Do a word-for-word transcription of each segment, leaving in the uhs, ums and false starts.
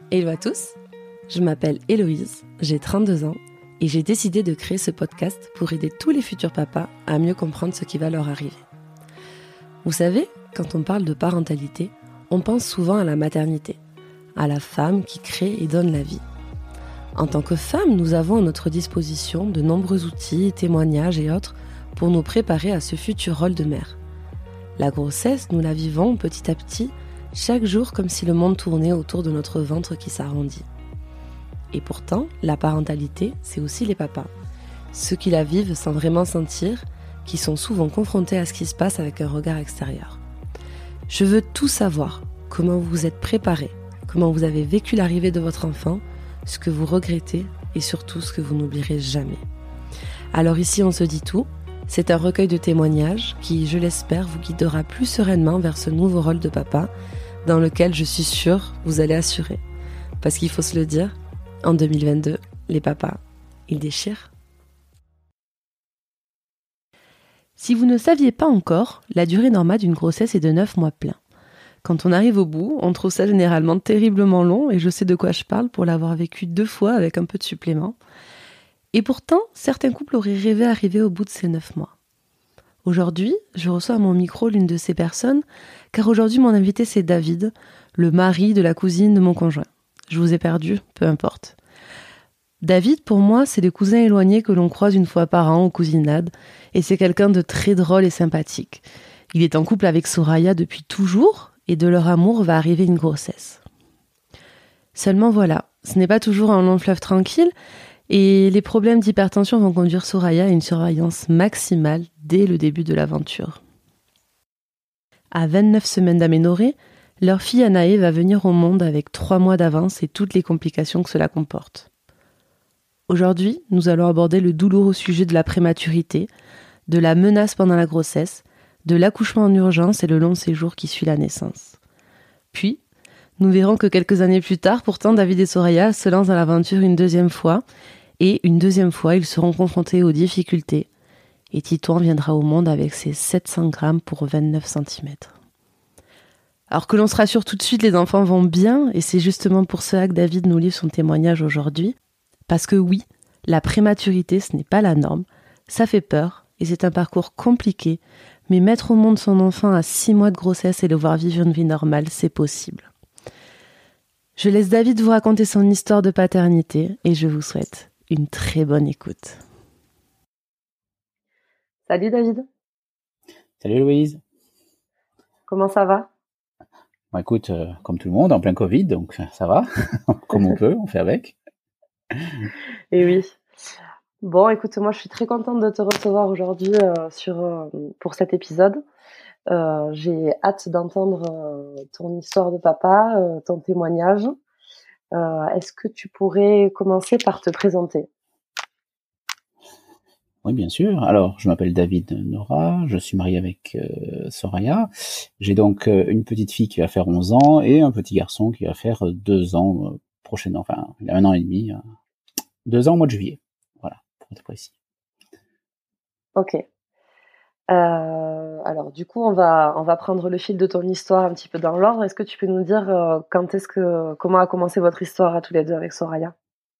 Hello à tous, je m'appelle Héloïse, j'ai trente-deux ans et j'ai décidé de créer ce podcast pour aider tous les futurs papas à mieux comprendre ce qui va leur arriver. Vous savez, quand on parle de parentalité, on pense souvent à la maternité, à la femme qui crée et donne la vie. En tant que femme, nous avons à notre disposition de nombreux outils, témoignages et autres pour nous préparer à ce futur rôle de mère. La grossesse, nous la vivons petit à petit, chaque jour comme si le monde tournait autour de notre ventre qui s'arrondit. Et pourtant, la parentalité, c'est aussi les papas. Ceux qui la vivent sans vraiment sentir, qui sont souvent confrontés à ce qui se passe avec un regard extérieur. Je veux tout savoir, comment vous vous êtes préparés, comment vous avez vécu l'arrivée de votre enfant, ce que vous regrettez et surtout ce que vous n'oublierez jamais. Alors ici, on se dit tout. C'est un recueil de témoignages qui, je l'espère, vous guidera plus sereinement vers ce nouveau rôle de papa dans lequel je suis sûre vous allez assurer. Parce qu'il faut se le dire, en deux mille vingt-deux, les papas, ils déchirent. Si vous ne saviez pas encore, la durée normale d'une grossesse est de neuf mois pleins. Quand on arrive au bout, on trouve ça généralement terriblement long et je sais de quoi je parle pour l'avoir vécu deux fois avec un peu de supplément. Et pourtant, certains couples auraient rêvé d'arriver au bout de ces neuf mois. Aujourd'hui, je reçois à mon micro l'une de ces personnes, car aujourd'hui mon invité c'est David, le mari de la cousine de mon conjoint. Je vous ai perdu, peu importe. David, pour moi, c'est le cousin éloigné que l'on croise une fois par an aux cousinades, et c'est quelqu'un de très drôle et sympathique. Il est en couple avec Soraya depuis toujours, et de leur amour va arriver une grossesse. Seulement voilà, ce n'est pas toujours un long fleuve tranquille, et les problèmes d'hypertension vont conduire Soraya à une surveillance maximale dès le début de l'aventure. À vingt-neuf semaines d'aménorrhée, leur fille Anaë va venir au monde avec trois mois d'avance et toutes les complications que cela comporte. Aujourd'hui, nous allons aborder le douloureux sujet de la prématurité, de la menace pendant la grossesse, de l'accouchement en urgence et le long séjour qui suit la naissance. Puis, nous verrons que quelques années plus tard, pourtant, David et Soraya se lancent dans l'aventure une deuxième fois, et une deuxième fois, ils seront confrontés aux difficultés, et Titouan viendra au monde avec ses sept cents grammes pour vingt-neuf centimètres. Alors que l'on se rassure tout de suite, les enfants vont bien, et c'est justement pour cela que David nous livre son témoignage aujourd'hui, parce que oui, la prématurité, ce n'est pas la norme, ça fait peur, et c'est un parcours compliqué, mais mettre au monde son enfant à six mois de grossesse et le voir vivre une vie normale, c'est possible. Je laisse David vous raconter son histoire de paternité et je vous souhaite une très bonne écoute. Salut David. Salut Louise. Comment ça va ? Bon, écoute, euh, comme tout le monde, en plein Covid, donc ça va, comme on peut, on fait avec. Et oui. Bon, écoute, moi je suis très contente de te recevoir aujourd'hui euh, sur, euh, pour cet épisode. Euh, j'ai hâte d'entendre euh, ton histoire de papa, euh, ton témoignage. Euh, est-ce que tu pourrais commencer par te présenter ? Oui, bien sûr. Alors, je m'appelle David Nora, je suis marié avec euh, Soraya. J'ai donc euh, une petite fille qui va faire onze ans et un petit garçon qui va faire deux ans euh, prochainement. Enfin, il a un an et demi, euh, deux ans au mois de juillet. Voilà, pour être précis. Ok. Euh, alors du coup, on va on va prendre le fil de ton histoire un petit peu dans l'ordre. Est-ce que tu peux nous dire euh, quand est-ce que comment a commencé votre histoire à tous les deux avec Soraya ?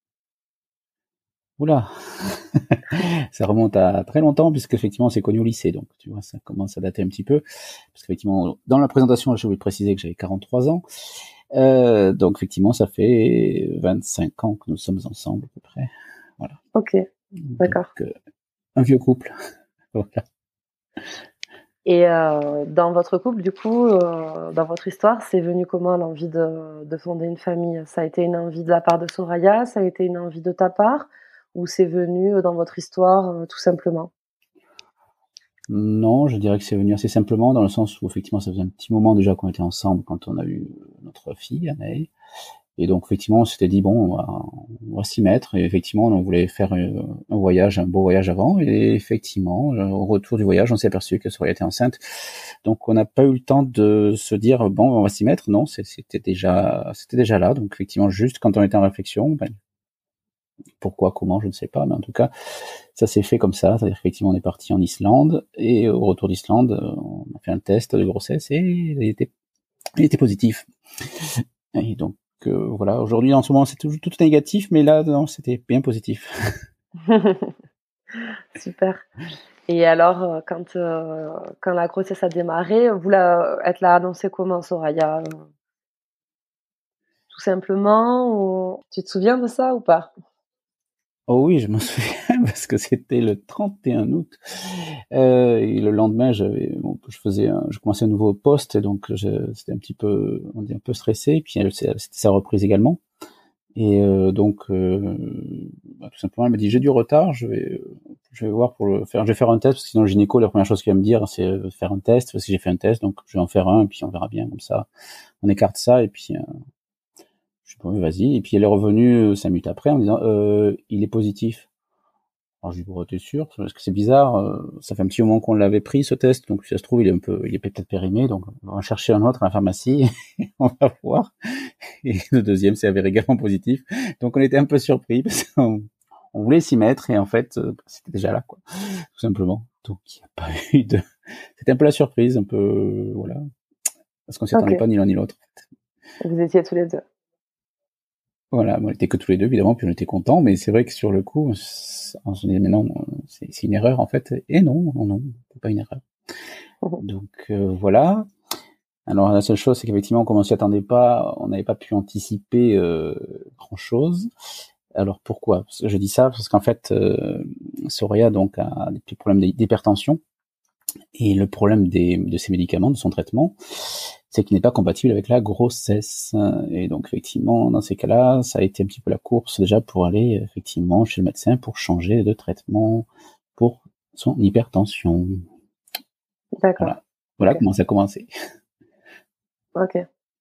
Oula, ça remonte à très longtemps puisque effectivement on s'est connus au lycée, donc tu vois ça commence à dater un petit peu. Parce qu'effectivement dans la présentation je voulais préciser que j'avais quarante-trois ans, euh, donc effectivement ça fait vingt-cinq ans que nous sommes ensemble à peu près. Voilà. Ok, d'accord. Donc, euh, un vieux couple. Voilà. Et euh, dans votre couple, du coup, euh, dans votre histoire, c'est venu comment l'envie de, de fonder une famille ? Ça a été une envie de la part de Soraya ? Ça a été une envie de ta part ? Ou c'est venu dans votre histoire euh, tout simplement ? Non, je dirais que c'est venu assez simplement dans le sens où effectivement ça faisait un petit moment déjà qu'on était ensemble quand on a eu notre fille, Anaï. Et donc effectivement on s'était dit bon on va, on va s'y mettre et effectivement on voulait faire un voyage, un beau voyage avant et effectivement au retour du voyage on s'est aperçu que Soraya était enceinte. Donc on n'a pas eu le temps de se dire bon on va s'y mettre, non c'était déjà c'était déjà là. Donc effectivement juste quand on était en réflexion, ben, pourquoi, comment, je ne sais pas, mais en tout cas, ça s'est fait comme ça, c'est-à-dire qu'effectivement, on est parti en Islande, et au retour d'Islande, on a fait un test de grossesse, et il était, il était positif. Et donc, euh, voilà, aujourd'hui, en ce moment, c'est tout, tout négatif, mais là, non, c'était bien positif. Super. Et alors, quand, euh, quand la grossesse a démarré, vous la, elle te l'a annoncé comment, Soraya? Tout simplement, ou... tu te souviens de ça ou pas? Oh oui, je m'en souviens parce que c'était le trente et un août. Euh, et le lendemain, j'avais, bon, je faisais, un, je commençais un nouveau poste, et donc je, c'était un petit peu, on dit un peu stressé. Et puis c'était sa reprise également. Et euh, donc, euh, bah, tout simplement, elle m'a dit j'ai du retard, je vais, je vais voir pour le faire, je vais faire un test parce que sinon le gynéco, la première chose qu'il va me dire, c'est de faire un test parce que j'ai fait un test, donc je vais en faire un et puis on verra bien comme ça, on écarte ça et puis. Euh, Je suis bon, vas-y. Et puis elle est revenue cinq minutes après en me disant euh, il est positif. Alors je lui dis bon, t'es sûr? Parce que c'est bizarre, euh, ça fait un petit moment qu'on l'avait pris ce test, donc si ça se trouve il est un peu, il est peut-être périmé, donc on va en chercher un autre à la pharmacie, on va voir. Et le deuxième s'est avéré également positif, donc on était un peu surpris parce qu'on on voulait s'y mettre et en fait euh, c'était déjà là, quoi, tout simplement. Donc il n'y a pas eu de, c'était un peu la surprise, un peu voilà, parce qu'on s'y attendait Ok. pas ni l'un ni l'autre. Vous étiez tous les deux. Voilà, on était que tous les deux, évidemment, puis on était contents, mais c'est vrai que sur le coup, on se disait, mais non, c'est, c'est une erreur, en fait. Et non, non, non, c'est pas une erreur. Mhm. Donc, euh, voilà. Alors, la seule chose, c'est qu'effectivement, comme on s'y attendait pas, on n'avait pas pu anticiper euh, grand-chose. Alors, pourquoi? Je dis ça parce qu'en fait, euh, Soraya, donc, a des petits problèmes d'hypertension. Et le problème des, de ces médicaments, de son traitement, c'est qu'il n'est pas compatible avec la grossesse. Et donc, effectivement, dans ces cas-là, ça a été un petit peu la course déjà pour aller, effectivement, chez le médecin pour changer de traitement pour son hypertension. D'accord. Voilà. Voilà Ok. comment ça a commencé. Ok.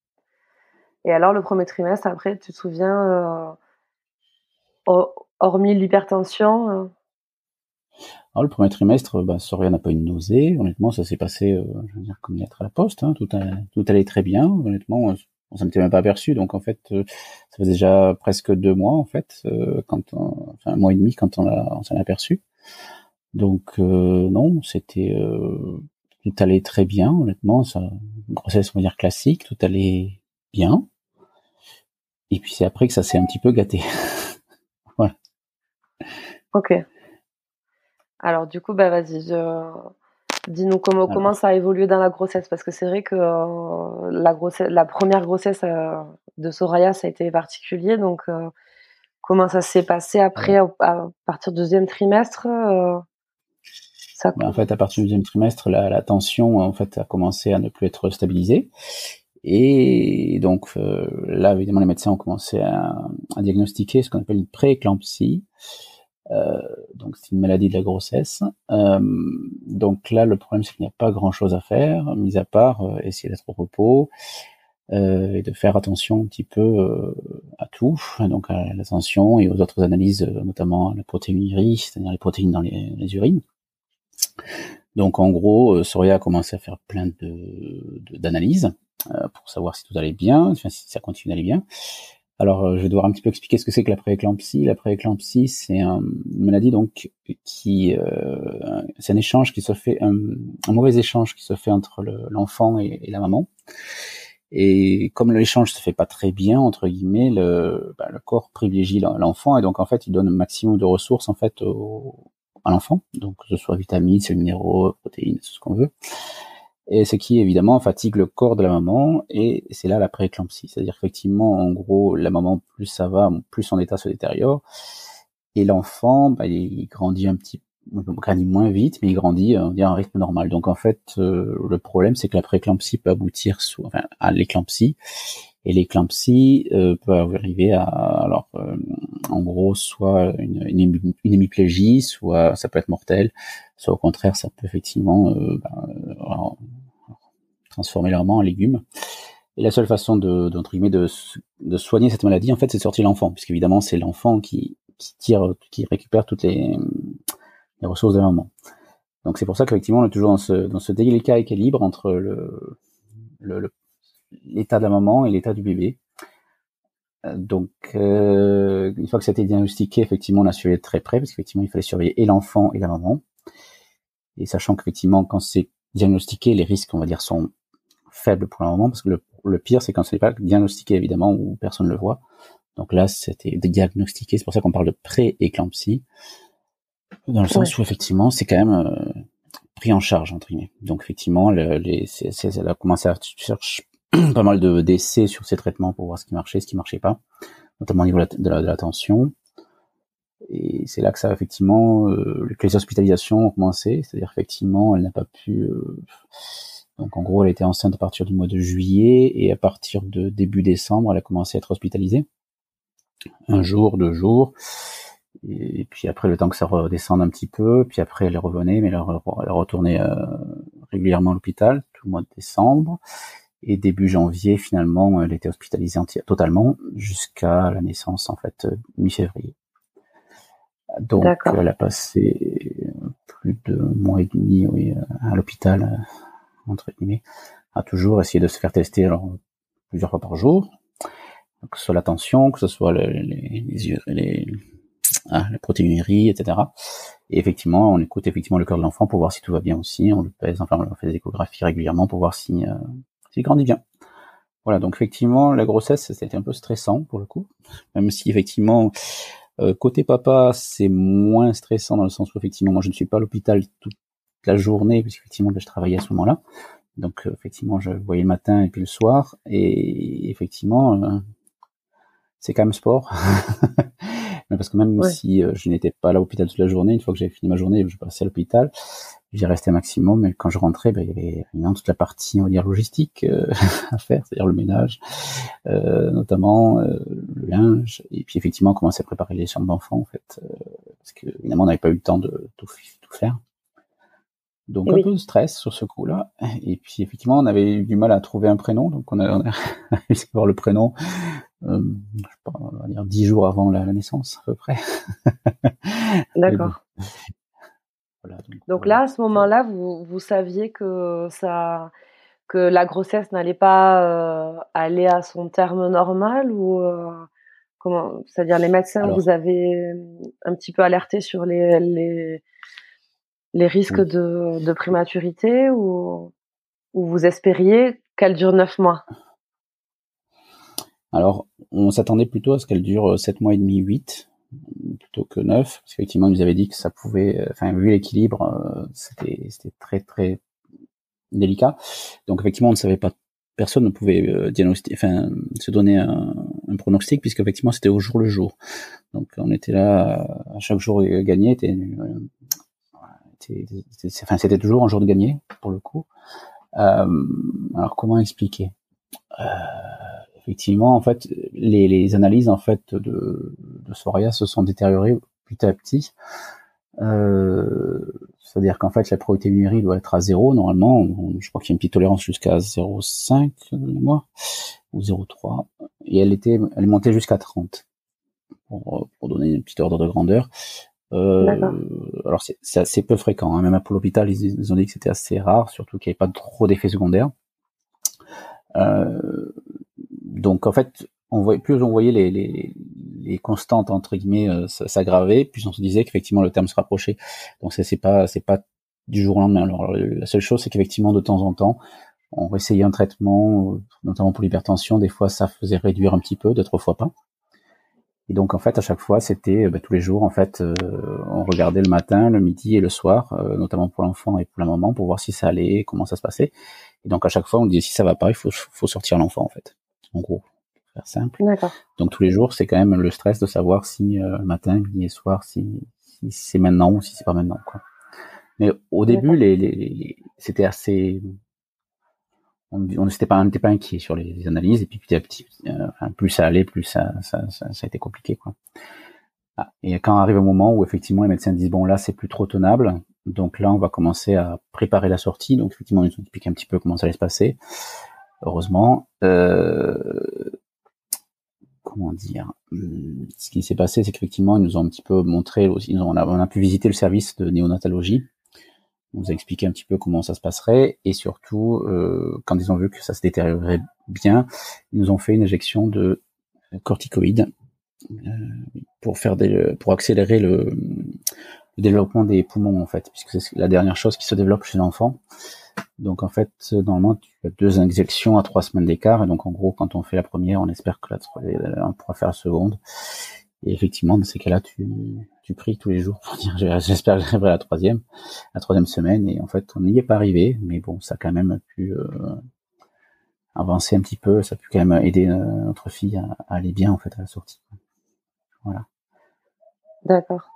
Et alors, le premier trimestre, après, tu te souviens, euh, hormis l'hypertension, euh... Alors, le premier trimestre, bah, Soraya n'a pas eu de nausée. Honnêtement, ça s'est passé, euh, je veux dire, comme une lettre à la poste. Hein. Tout, a, tout allait très bien. Honnêtement, on s'en était même pas aperçu. Donc, en fait, euh, ça faisait déjà presque deux mois, en fait, euh, quand on, enfin, un mois et demi quand on, l'a, on s'en est aperçu. Donc, euh, non, c'était, euh, tout allait très bien, honnêtement. Ça, une grossesse, on va dire, classique. Tout allait bien. Et puis, c'est après que ça s'est un petit peu gâté. Voilà. Ok. Alors, du coup, bah, vas-y, je... dis-nous comment, comment Alors, ça a évolué dans la grossesse, parce que c'est vrai que euh, la grossesse, la première grossesse euh, de Soraya, ça a été particulier. Donc, euh, comment ça s'est passé après, ouais. à, à partir du deuxième trimestre, euh, ça... Ben, en fait, à partir du deuxième trimestre, la, la tension, en fait, a commencé à ne plus être stabilisée. Et donc euh, là, évidemment, les médecins ont commencé à, à diagnostiquer ce qu'on appelle une prééclampsie. Euh, donc c'est une maladie de la grossesse. Euh, donc là, le problème, c'est qu'il n'y a pas grand-chose à faire, mis à part euh, essayer d'être au repos euh, et de faire attention un petit peu euh, à tout, donc à la tension et aux autres analyses, notamment à la protéinurie, c'est-à-dire les protéines dans les, les urines. Donc en gros, euh, Soraya a commencé à faire plein de, de, d'analyses euh, pour savoir si tout allait bien, enfin, si ça continue d'aller bien. Alors euh, je vais devoir un petit peu expliquer ce que c'est que la prééclampsie. La prééclampsie, c'est un, une maladie donc qui, euh, c'est un échange qui se fait, un, un mauvais échange qui se fait entre le, l'enfant et, et la maman. Et comme l'échange se fait pas très bien entre guillemets, le, bah, le corps privilégie l'enfant et donc en fait il donne un maximum de ressources en fait au, à l'enfant, donc que ce soit vitamines, sels minéraux, protéines, tout ce qu'on veut. Et ce qui évidemment fatigue le corps de la maman, et c'est là la prééclampsie. C'est-à-dire qu'effectivement, en gros, la maman, plus ça va, plus son état se détériore, et l'enfant, bah, il grandit un petit, il grandit moins vite, mais il grandit on dirait, à un rythme normal. Donc en fait, euh, le problème, c'est que la prééclampsie peut aboutir soit, enfin, à l'éclampsie, et l'éclampsie euh, peut arriver à, alors, euh, en gros, soit une, une, une hémiplégie, soit ça peut être mortel, soit au contraire, ça peut effectivement euh, bah, alors, transformer la maman en légume. Et la seule façon de, d'entre guillemets, de, de soigner cette maladie, en fait, c'est de sortir l'enfant, puisqu'évidemment, c'est l'enfant qui, qui tire, qui récupère toutes les, les ressources de la maman. Donc c'est pour ça qu'effectivement, on est toujours dans ce, dans ce délicat équilibre entre le, le, le l'état de la maman et l'état du bébé. Donc, euh, une fois que ça a été diagnostiqué, effectivement, on a suivi de très près, parce qu'effectivement, il fallait surveiller et l'enfant et la maman. Et sachant qu'effectivement, quand c'est diagnostiqué, les risques, on va dire, sont faible pour le moment, parce que le, le pire, c'est quand ce n'est pas diagnostiqué, évidemment, ou personne ne le voit. Donc là, c'était diagnostiqué, c'est pour ça qu'on parle de pré-éclampsie, dans le sens ouais. où, effectivement, c'est quand même euh, pris en charge, entre guillemets. Donc, effectivement, le, les, c'est, c'est, elle a commencé à chercher pas mal de, d'essais sur ces traitements pour voir ce qui marchait, ce qui marchait pas, notamment au niveau de la, de la, de la tension. Et c'est là que ça, effectivement, euh, que les hospitalisations ont commencé, c'est-à-dire, effectivement, elle n'a pas pu... Euh, donc, en gros, elle était enceinte à partir du mois de juillet, et à partir de début décembre, elle a commencé à être hospitalisée. Un jour, deux jours, et puis après, le temps que ça redescende un petit peu, puis après, elle revenait, mais elle, elle retournait euh, régulièrement à l'hôpital, tout le mois de décembre, et début janvier, finalement, elle était hospitalisée entière, totalement, jusqu'à la naissance, en fait, mi-février. Donc, D'accord. Elle a passé plus de mois et demi, oui, à l'hôpital, entre guillemets, à toujours essayer de se faire tester, alors, plusieurs fois par jour, que ce soit la tension, que ce soit le, les, les, les, ah, les protéinuries, et cetera. Et effectivement, on écoute effectivement le cœur de l'enfant pour voir si tout va bien aussi, on le pèse, enfin, on fait des échographies régulièrement pour voir si, euh, s'il grandit bien. Voilà, donc effectivement, la grossesse, c'était un peu stressant pour le coup, même si effectivement, euh, côté papa, c'est moins stressant dans le sens où effectivement, moi je ne suis pas à l'hôpital toute la journée, puisque effectivement, je travaillais à ce moment-là. Donc euh, effectivement, je voyais le matin et puis le soir, et effectivement, euh, c'est quand même sport. Mais parce que même ouais. si euh, je n'étais pas là à l'hôpital toute la journée, une fois que j'avais fini ma journée, je passais à l'hôpital, j'y restais un maximum, mais quand je rentrais, ben, il y avait évidemment toute la partie, on va dire, logistique euh, à faire, c'est-à-dire le ménage, euh, notamment euh, le linge, et puis effectivement, on commençait à préparer les chambres d'enfants, en fait, euh, parce que évidemment, on n'avait pas eu le temps de tout, tout faire. Donc, oui. Un peu de stress sur ce coup-là. Et puis, effectivement, on avait eu du mal à trouver un prénom. Donc, on a, on a réussi à avoir le prénom, euh, je sais pas, on va dire dix jours avant la, la naissance, à peu près. D'accord. Bon. Voilà, donc, donc là, à ce moment-là, vous, vous saviez que ça, que la grossesse n'allait pas euh, aller à son terme normal ou euh, comment, c'est-à-dire les médecins Alors, vous avez un petit peu alerté sur les, les les risques oui. de, de prématurité ou, ou vous espériez qu'elle dure neuf mois? Alors, on s'attendait plutôt à ce qu'elle dure sept mois et demi, huit, plutôt que neuf, parce qu'effectivement, ils nous avaient dit que ça pouvait, enfin, vu l'équilibre, euh, c'était, c'était très, très délicat. Donc, effectivement, on ne savait pas, personne ne pouvait euh, diagnostiquer, enfin, se donner un, un pronostic, puisqu'effectivement, c'était au jour le jour. Donc, on était là, à chaque jour gagné, était, euh, C'était, c'était, enfin, c'était toujours un jour de gagné, pour le coup. Euh, alors, comment expliquer euh, Effectivement, en fait, les, les analyses en fait de, de Soria se sont détériorées petit à petit. Euh, c'est-à-dire qu'en fait, la protéinurie doit être à zéro normalement. On, je crois qu'il y a une petite tolérance jusqu'à zéro virgule cinq moi, ou zéro virgule trois, et elle était, elle est montée jusqu'à trente pour, pour donner une petite ordre de grandeur. Euh, alors c'est, c'est assez peu fréquent, hein. Même pour l'hôpital, ils, ils ont dit que c'était assez rare, surtout qu'il n'y avait pas trop d'effets secondaires. Euh, donc en fait, on voyait, plus on voyait les, les, les constantes entre guillemets euh, s'aggraver, plus on se disait qu'effectivement le terme se rapprochait. Donc ça, c'est pas c'est pas du jour au lendemain. Alors la seule chose, c'est qu'effectivement de temps en temps, on essayait un traitement, notamment pour l'hypertension. Des fois, ça faisait réduire un petit peu, d'autres fois pas. Et donc en fait à chaque fois c'était bah, tous les jours en fait euh, on regardait le matin, le midi et le soir, euh, notamment pour l'enfant et pour la maman, pour voir si ça allait, comment ça se passait. Et donc à chaque fois on disait si ça va pas, il faut faut sortir l'enfant en fait. En gros, pour faire simple. D'accord. Donc tous les jours c'est quand même le stress de savoir si euh, matin, midi et soir, si, si c'est maintenant ou si c'est pas maintenant quoi. Mais au début les, les, les c'était assez on n'était pas, on n'était pas inquiet sur les, les analyses, et puis petit à petit, euh, enfin, plus ça allait, plus ça, ça, ça, ça a été compliqué, quoi. Ah, et quand arrive un moment où effectivement les médecins disent bon là c'est plus trop tenable, donc là on va commencer à préparer la sortie, donc effectivement ils nous ont expliqué un petit peu comment ça allait se passer, heureusement. Euh, comment dire, ce qui s'est passé c'est qu'effectivement ils nous ont un petit peu montré, aussi, on a, on a pu visiter le service de néonatologie. On nous a expliqué un petit peu comment ça se passerait, et surtout, euh, quand ils ont vu que ça se détériorait bien, ils nous ont fait une injection de corticoïdes euh, pour faire des, pour accélérer le, le développement des poumons, en fait, puisque c'est la dernière chose qui se développe chez l'enfant. Donc, en fait, normalement, tu as deux injections à trois semaines d'écart. Et donc, en gros, quand on fait la première, on espère que la troisième, on pourra faire la seconde. Et effectivement, dans ces cas-là, tu, tu pries tous les jours pour dire, j'espère que j'arriverai à la troisième, la troisième semaine. Et en fait, on n'y est pas arrivé. Mais bon, ça a quand même pu euh, avancer un petit peu. Ça a pu quand même aider euh, notre fille à, à aller bien, en fait, à la sortie. Voilà. D'accord.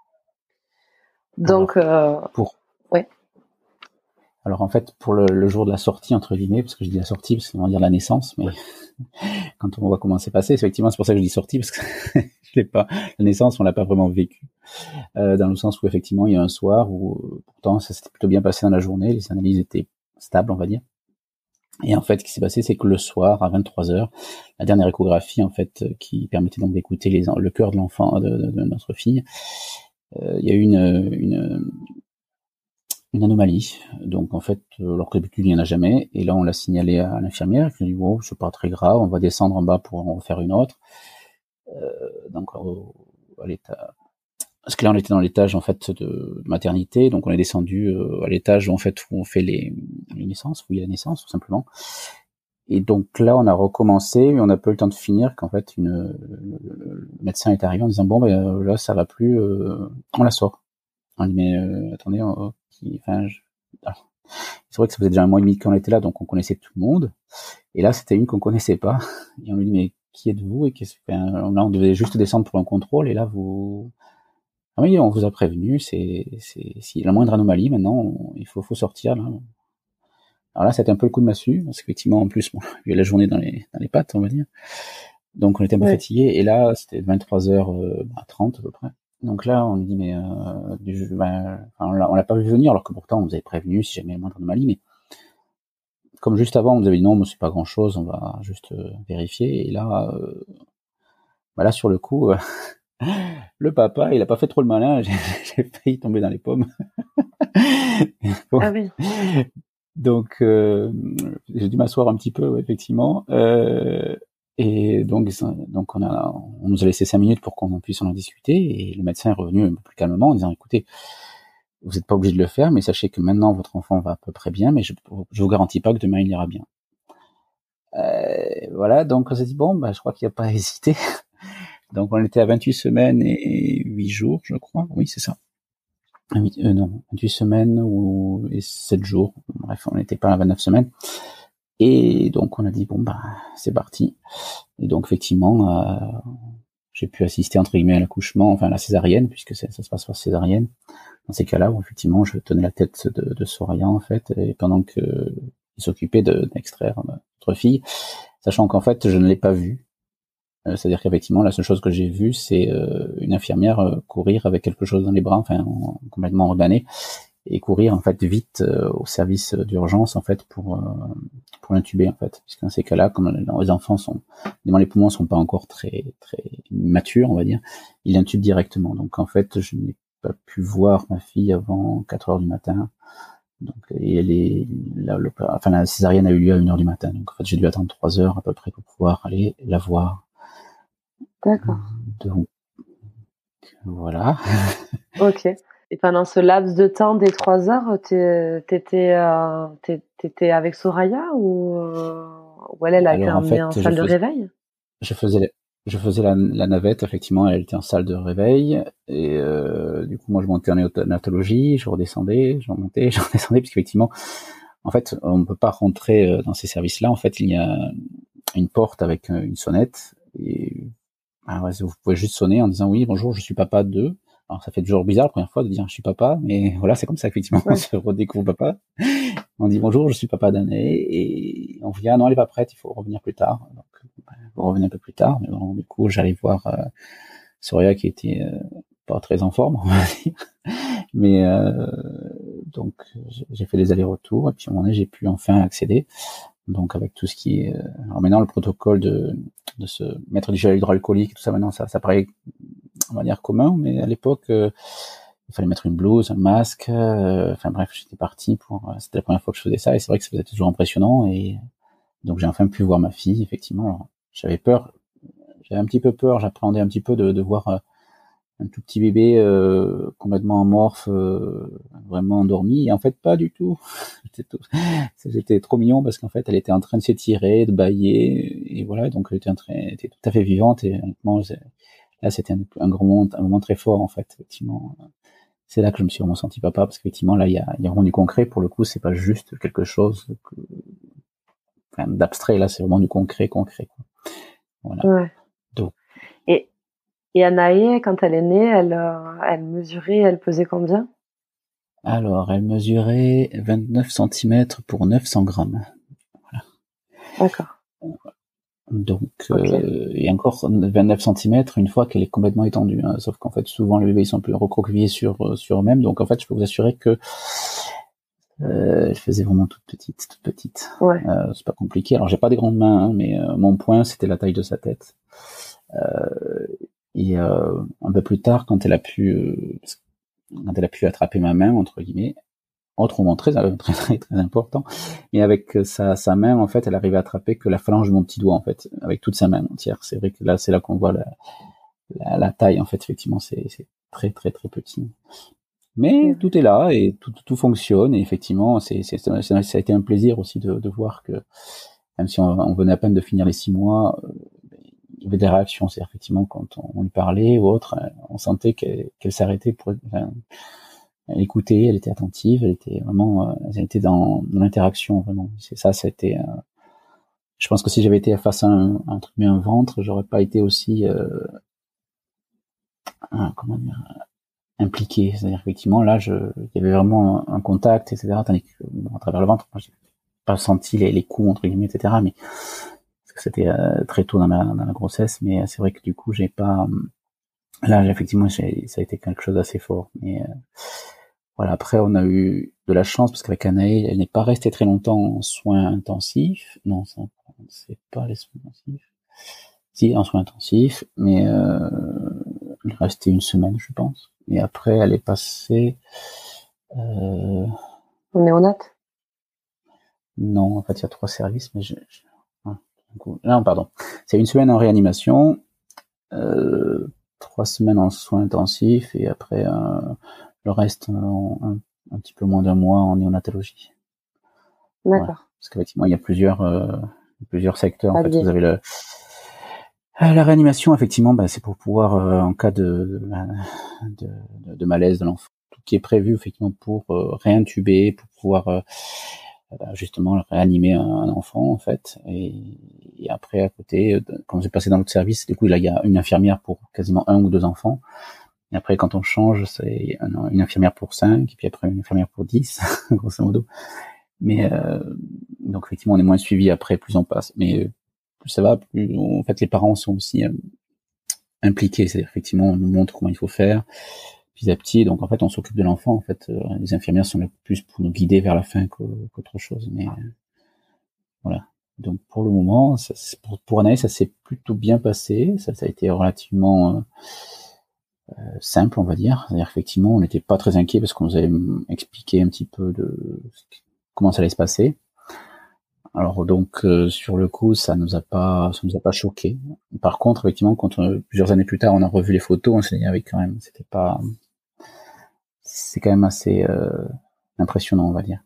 Donc, Alors, euh... pour... ouais. Alors en fait, pour le, le jour de la sortie, entre guillemets, parce que je dis la sortie, parce qu'on va dire la naissance, mais quand on voit comment c'est passé, effectivement, c'est pour ça que je dis sortie, parce que je l'ai pas, la naissance, on l'a pas vraiment vécu, euh, dans le sens où effectivement, il y a un soir où, pourtant, ça s'était plutôt bien passé dans la journée, les analyses étaient stables, on va dire. Et en fait, ce qui s'est passé, c'est que le soir, à vingt-trois heures, la dernière échographie, en fait, qui permettait donc d'écouter les, le cœur de l'enfant, de, de, de notre fille, euh, il y a eu une, une, une anomalie. Donc en fait, alors que d'habitude il n'y en a jamais, et là on l'a signalé à l'infirmière, qui a dit bon, c'est pas très grave, on va descendre en bas pour en faire une autre. Euh, donc au, à l'état, parce que là on était dans l'étage en fait de, de maternité, donc on est descendu euh, à l'étage en fait où on fait les, les naissances, où il y a la naissance tout simplement. Et donc là on a recommencé, mais on n'a pas eu le temps de finir qu'en fait une, le, le médecin est arrivé en disant bon ben là ça va plus, euh, on la sort. On dit mais euh, attendez, on, qui, enfin, je, alors, c'est vrai que ça faisait déjà un mois et demi qu'on était là, donc on connaissait tout le monde. Et là, c'était une qu'on connaissait pas. Et on lui dit, mais qui êtes-vous? Et qu'est-ce que, enfin, là, on devait juste descendre pour un contrôle. Et là, vous, ah oui, on vous a prévenu, c'est, c'est, si la moindre anomalie, maintenant, on, il faut, faut sortir, là. Alors là, c'était un peu le coup de massue, parce qu'effectivement, en plus, bon, il y a la journée dans les, dans les pattes, on va dire. Donc, on était un peu ouais. fatigués. Et là, c'était vingt-trois heures trente à peu près. Donc là, on lui dit, mais, euh, du, ben, enfin, on l'a, on l'a pas vu venir, alors que pourtant, on nous avait prévenu si jamais il y a moindre anomalie, mais comme juste avant, on nous avait dit non, mais c'est pas grand chose, on va juste euh, vérifier. Et là, euh, bah là, sur le coup, euh, le papa, il a pas fait trop le malin, j'ai, j'ai failli tomber dans les pommes. Bon. Ah oui. Donc, euh, j'ai dû m'asseoir un petit peu, ouais, effectivement. Euh, et donc, donc on a, on nous a laissé cinq minutes pour qu'on puisse en discuter. Et le médecin est revenu un peu plus calmement en disant, écoutez, vous n'êtes pas obligé de le faire, mais sachez que maintenant votre enfant va à peu près bien, mais je ne vous garantis pas que demain il ira bien. Euh, voilà, donc on s'est dit bon, bah je crois qu'il n'y a pas à hésiter. Donc on était à vingt-huit semaines et huit jours, je crois. Oui, c'est ça. Euh, non, vingt-huit semaines ou et sept jours. Bref, on n'était pas à vingt-neuf semaines. Et donc on a dit bon bah c'est parti. Et donc effectivement, euh, j'ai pu assister entre guillemets à l'accouchement, enfin à la césarienne, puisque ça, ça se passe par césarienne. Dans ces cas-là, où effectivement, je tenais la tête de, de Soraya en fait, et pendant que il s'occupait de, d'extraire notre fille, sachant qu'en fait, je ne l'ai pas vue. Euh, c'est-à-dire qu'effectivement, la seule chose que j'ai vue, c'est euh, une infirmière euh, courir avec quelque chose dans les bras, enfin en, complètement rubanée, et courir en fait vite euh, au service d'urgence en fait pour euh, pour l'intuber en fait, puisque dans ces cas-là, comme les enfants sont, les poumons sont pas encore très très matures, on va dire, ils l'intubent directement. Donc en fait, je n'ai pas pu voir ma fille avant quatre heures du matin. Donc, et elle est, la, la, enfin, la césarienne a eu lieu à une heure du matin. Donc, en fait, j'ai dû attendre trois heures à peu près pour pouvoir aller la voir. D'accord. Donc, voilà. Ok. Et pendant ce laps de temps des trois heures, t'étais, euh, t'étais avec Soraya ou, euh, ou elle, elle a été emmenée en salle de réveil? Je faisais, je faisais la, la navette, effectivement, elle était en salle de réveil, et euh, du coup, moi, je montais en néonatologie, je redescendais, je remontais, je redescendais, parce qu'effectivement, en fait, on ne peut pas rentrer dans ces services-là. En fait, il y a une porte avec une sonnette, et alors, vous pouvez juste sonner en disant oui, bonjour, je suis papa de. Alors, ça fait toujours bizarre la première fois de dire je suis papa, mais voilà, c'est comme ça, effectivement, ouais. On se redécouvre papa. On dit bonjour, je suis papa d'Anné, et on dit ah non, elle est pas prête, il faut revenir plus tard. Donc, vous revenez un peu plus tard, mais bon, du coup, j'allais voir euh, Soraya qui était euh, pas très en forme, on va dire. Mais euh, donc, j'ai fait les allers-retours, et puis à un moment donné, j'ai pu enfin accéder. Donc, avec tout ce qui est... Euh... Alors maintenant, le protocole de, de se mettre du gel hydroalcoolique, tout ça, maintenant, ça, ça paraît, on va dire, commun, mais à l'époque, euh, il fallait mettre une blouse, un masque, euh... enfin bref, j'étais parti pour... Euh... C'était la première fois que je faisais ça, et c'est vrai que ça faisait toujours impressionnant, et donc j'ai enfin pu voir ma fille, effectivement. Alors, j'avais peur, j'avais un petit peu peur, j'appréhendais un petit peu de, de voir un tout petit bébé euh, complètement amorphe, euh, vraiment endormi. Et en fait, pas du tout. C'était, tout... C'était trop mignon parce qu'en fait, elle était en train de s'étirer, de bâiller, et voilà. Donc, elle était, en train... elle était tout à fait vivante. Et honnêtement, là, c'était un, un grand moment, un moment très fort en fait. Effectivement, c'est là que je me suis vraiment senti papa parce qu'effectivement, là, il y a, il y a vraiment du concret. Pour le coup, c'est pas juste quelque chose que... enfin, d'abstrait. Là, c'est vraiment du concret, concret. Quoi. Voilà. Ouais. Donc. Et Et Anaë, quand elle est née, elle, euh, elle mesurait, elle pesait combien? Alors, elle mesurait vingt-neuf centimètres pour neuf cents grammes. Voilà. D'accord. Donc, Okay. euh, et encore vingt-neuf centimètres une fois qu'elle est complètement étendue. Hein. Sauf qu'en fait, souvent, les bébés ils sont un peu recroquevillés sur, sur eux-mêmes. Donc, en fait, je peux vous assurer que euh, elle faisait vraiment toute petite, toute petite. Ouais. Euh, c'est pas compliqué. Alors, j'ai pas des grandes mains, hein, mais euh, mon poing, c'était la taille de sa tête. Euh, et euh, un peu plus tard, quand elle a pu, euh, quand elle a pu attraper ma main, entre guillemets, autrement très, très, très, très important, mais avec sa, sa main, en fait, elle arrivait à attraper que la phalange de mon petit doigt, en fait, avec toute sa main entière. C'est vrai que là, c'est là qu'on voit la, la, la taille, en fait, effectivement, c'est, c'est très, très, très petit. Mais Ouais. tout est là et tout, tout fonctionne. Et effectivement, c'est, c'est, ça, ça a été un plaisir aussi de, de voir que, même si on, on venait à peine de finir les six mois, euh, il y avait des réactions. C'est effectivement quand on, on lui parlait ou autre, on sentait qu'elle, qu'elle s'arrêtait pour, enfin, elle écoutait, elle était attentive, elle était vraiment, elle était dans, dans l'interaction vraiment. C'est ça, ça a été. Euh, je pense que si j'avais été face à un, un truc mais un ventre, j'aurais pas été aussi, euh, un, comment dire, impliqué. C'est-à-dire effectivement là, je, il y avait vraiment un, un contact, et cetera. Tandis que bon, à travers le ventre, moi, j'ai pas senti les, les coups entre guillemets, et cetera. Mais parce que c'était euh, très tôt dans la, dans la grossesse, mais c'est vrai que du coup, j'ai pas. Là, effectivement, j'ai, ça a été quelque chose d'assez fort, mais. Euh, Voilà, après, on a eu de la chance parce qu'avec Anaël, elle n'est pas restée très longtemps en soins intensifs. Non, ça, c'est pas les soins intensifs. Si, en soins intensifs, mais euh, elle est restée une semaine, je pense. Et après, elle est passée... Euh... En néonate? Non, en fait, il y a trois services, mais je... je... Ah, non, pardon. C'est une semaine en réanimation, euh, trois semaines en soins intensifs, et après... Euh, le reste, en, un, un petit peu moins d'un mois en néonatologie. D'accord. Voilà. Parce qu'effectivement, il y a plusieurs, euh, plusieurs secteurs. En fait, Allié. vous avez le, la réanimation, effectivement, bah, c'est pour pouvoir, euh, en cas de, de, de, de malaise de l'enfant, tout qui est prévu, effectivement, pour euh, réintuber, pour pouvoir euh, justement réanimer un, un enfant, en fait. Et, et après, à côté, quand j'ai passé dans l'autre service, du coup, là, il y a une infirmière pour quasiment un ou deux enfants. Et après, quand on change, c'est une infirmière pour cinq, et puis après une infirmière pour dix, grosso modo. Mais euh, donc effectivement, on est moins suivi après, plus on passe. Mais euh, plus ça va, plus on, en fait les parents sont aussi euh, impliqués. C'est-à-dire effectivement, on nous montre comment il faut faire petit à petit. Donc en fait, on s'occupe de l'enfant. En fait, euh, les infirmières sont là plus pour nous guider vers la fin qu'autre chose. Mais euh, voilà. Donc pour le moment, ça, pour, pour Anaïs, ça s'est plutôt bien passé. Ça, ça a été relativement euh, euh, simple, on va dire. C'est-à-dire effectivement, on n'était pas très inquiet parce qu'on nous avait expliqué un petit peu de comment ça allait se passer. Alors donc euh, sur le coup, ça nous a pas, ça nous a pas choqué. Par contre, effectivement, quand on, plusieurs années plus tard, on a revu les photos, on s'est dit avec quand même, c'était pas, c'est quand même assez euh, impressionnant, on va dire.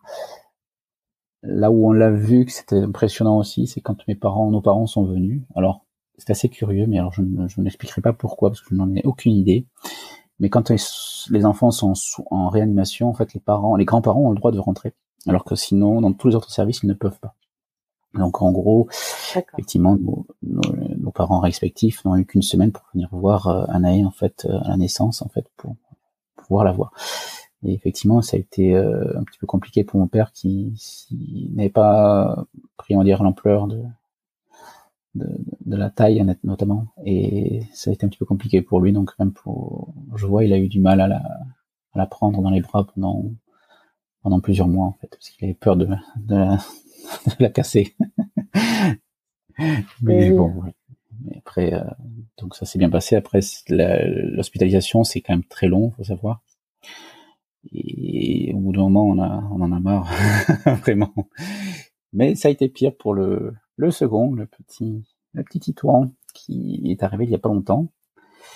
Là où on l'a vu que c'était impressionnant aussi, c'est quand mes parents, nos parents sont venus. Alors c'est assez curieux, mais alors je ne, je n'expliquerai pas pourquoi parce que je n'en ai aucune idée. Mais quand les enfants sont en réanimation, en fait, les parents, les grands-parents ont le droit de rentrer, alors que sinon, dans tous les autres services, ils ne peuvent pas. Donc en gros, D'accord. effectivement, nos, nos, nos parents respectifs n'ont eu qu'une semaine pour venir voir euh, Anaë en fait euh, à la naissance en fait pour, pour pouvoir la voir. Et effectivement, ça a été euh, un petit peu compliqué pour mon père qui, qui n'avait pas pris on va dire l'ampleur de, de de la taille notamment, et ça a été un petit peu compliqué pour lui. Donc même pour, je vois, il a eu du mal à la à la prendre dans les bras pendant pendant plusieurs mois en fait parce qu'il avait peur de, de la de la casser. Mais oui. bon, ouais. Mais après, euh, donc ça s'est bien passé. Après, la, l'hospitalisation, c'est quand même très long, faut savoir. Et au bout d'un moment, on, a, on en a marre, vraiment. Mais ça a été pire pour le, le second, le petit, le petit Titouan, qui est arrivé il y a pas longtemps.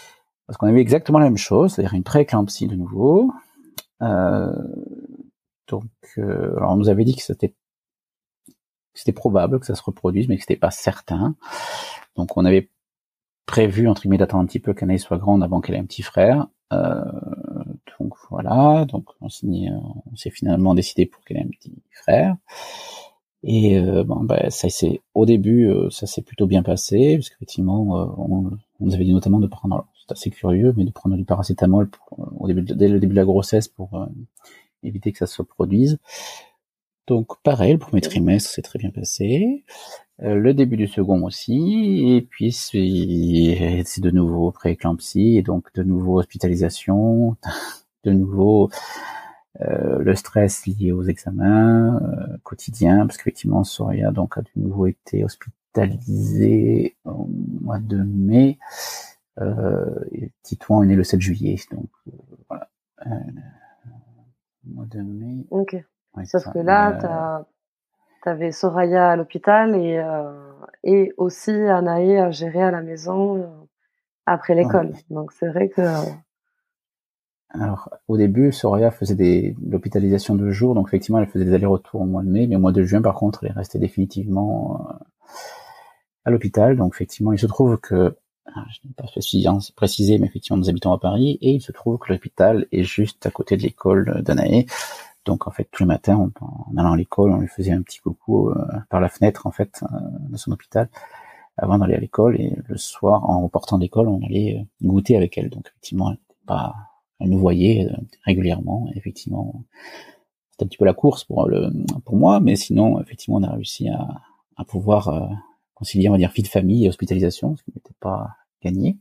parce qu'on a eu exactement la même chose, c'est-à-dire une prééclampsie de nouveau. Euh, donc, euh, alors on nous avait dit que c'était, que c'était probable que ça se reproduise, mais que c'était pas certain. Donc, on avait prévu entre guillemets d'attendre un petit peu qu'Anaïs soit grande avant qu'elle ait un petit frère. Euh, donc voilà, donc on s'est, on s'est finalement décidé pour qu'elle ait un petit frère. Et euh, bon, bah, ça c'est au début, euh, ça s'est plutôt bien passé parce qu'effectivement, euh, on, on nous avait dit notamment de prendre, alors, c'est assez curieux, mais de prendre du paracétamol pour, au début de, dès le début de la grossesse pour euh, éviter que ça se produise. Donc pareil, le premier trimestre s'est très bien passé, euh, le début du second aussi, et puis c'est, c'est de nouveau prééclampsie, et donc de nouveau hospitalisation, de nouveau euh, le stress lié aux examens euh, quotidiens, parce qu'effectivement Soraya donc a de nouveau été hospitalisée au mois de mai, euh, et Titouan est né le sept juillet, donc euh, voilà. Euh, mois de mai. Ok. Ouais, Sauf ça, que là, euh... t'as, t'avais Soraya à l'hôpital et, euh, et aussi Anaë à gérer à la maison euh, après l'école. ouais. Donc c'est vrai que... Alors, au début, Soraya faisait des, l'hospitalisation de jour, donc effectivement, elle faisait des allers-retours au mois de mai, mais au mois de juin, par contre, elle est restée définitivement euh, à l'hôpital. Donc, effectivement, il se trouve que, je n'ai pas précisé, mais effectivement, nous habitons à Paris, et il se trouve que l'hôpital est juste à côté de l'école d'Anaë. Donc, en fait, tous les matins, en, en allant à l'école, on lui faisait un petit coucou euh, par la fenêtre, en fait, euh, de son hôpital, avant d'aller à l'école, et le soir, en reportant d'école, on allait euh, goûter avec elle. Donc, effectivement, elle n'était pas... Elle nous voyait euh, régulièrement, et effectivement, c'était un petit peu la course pour le, pour moi, mais sinon, effectivement, on a réussi à, à pouvoir euh, concilier, on va dire, vie de famille et hospitalisation, ce qui n'était pas gagné.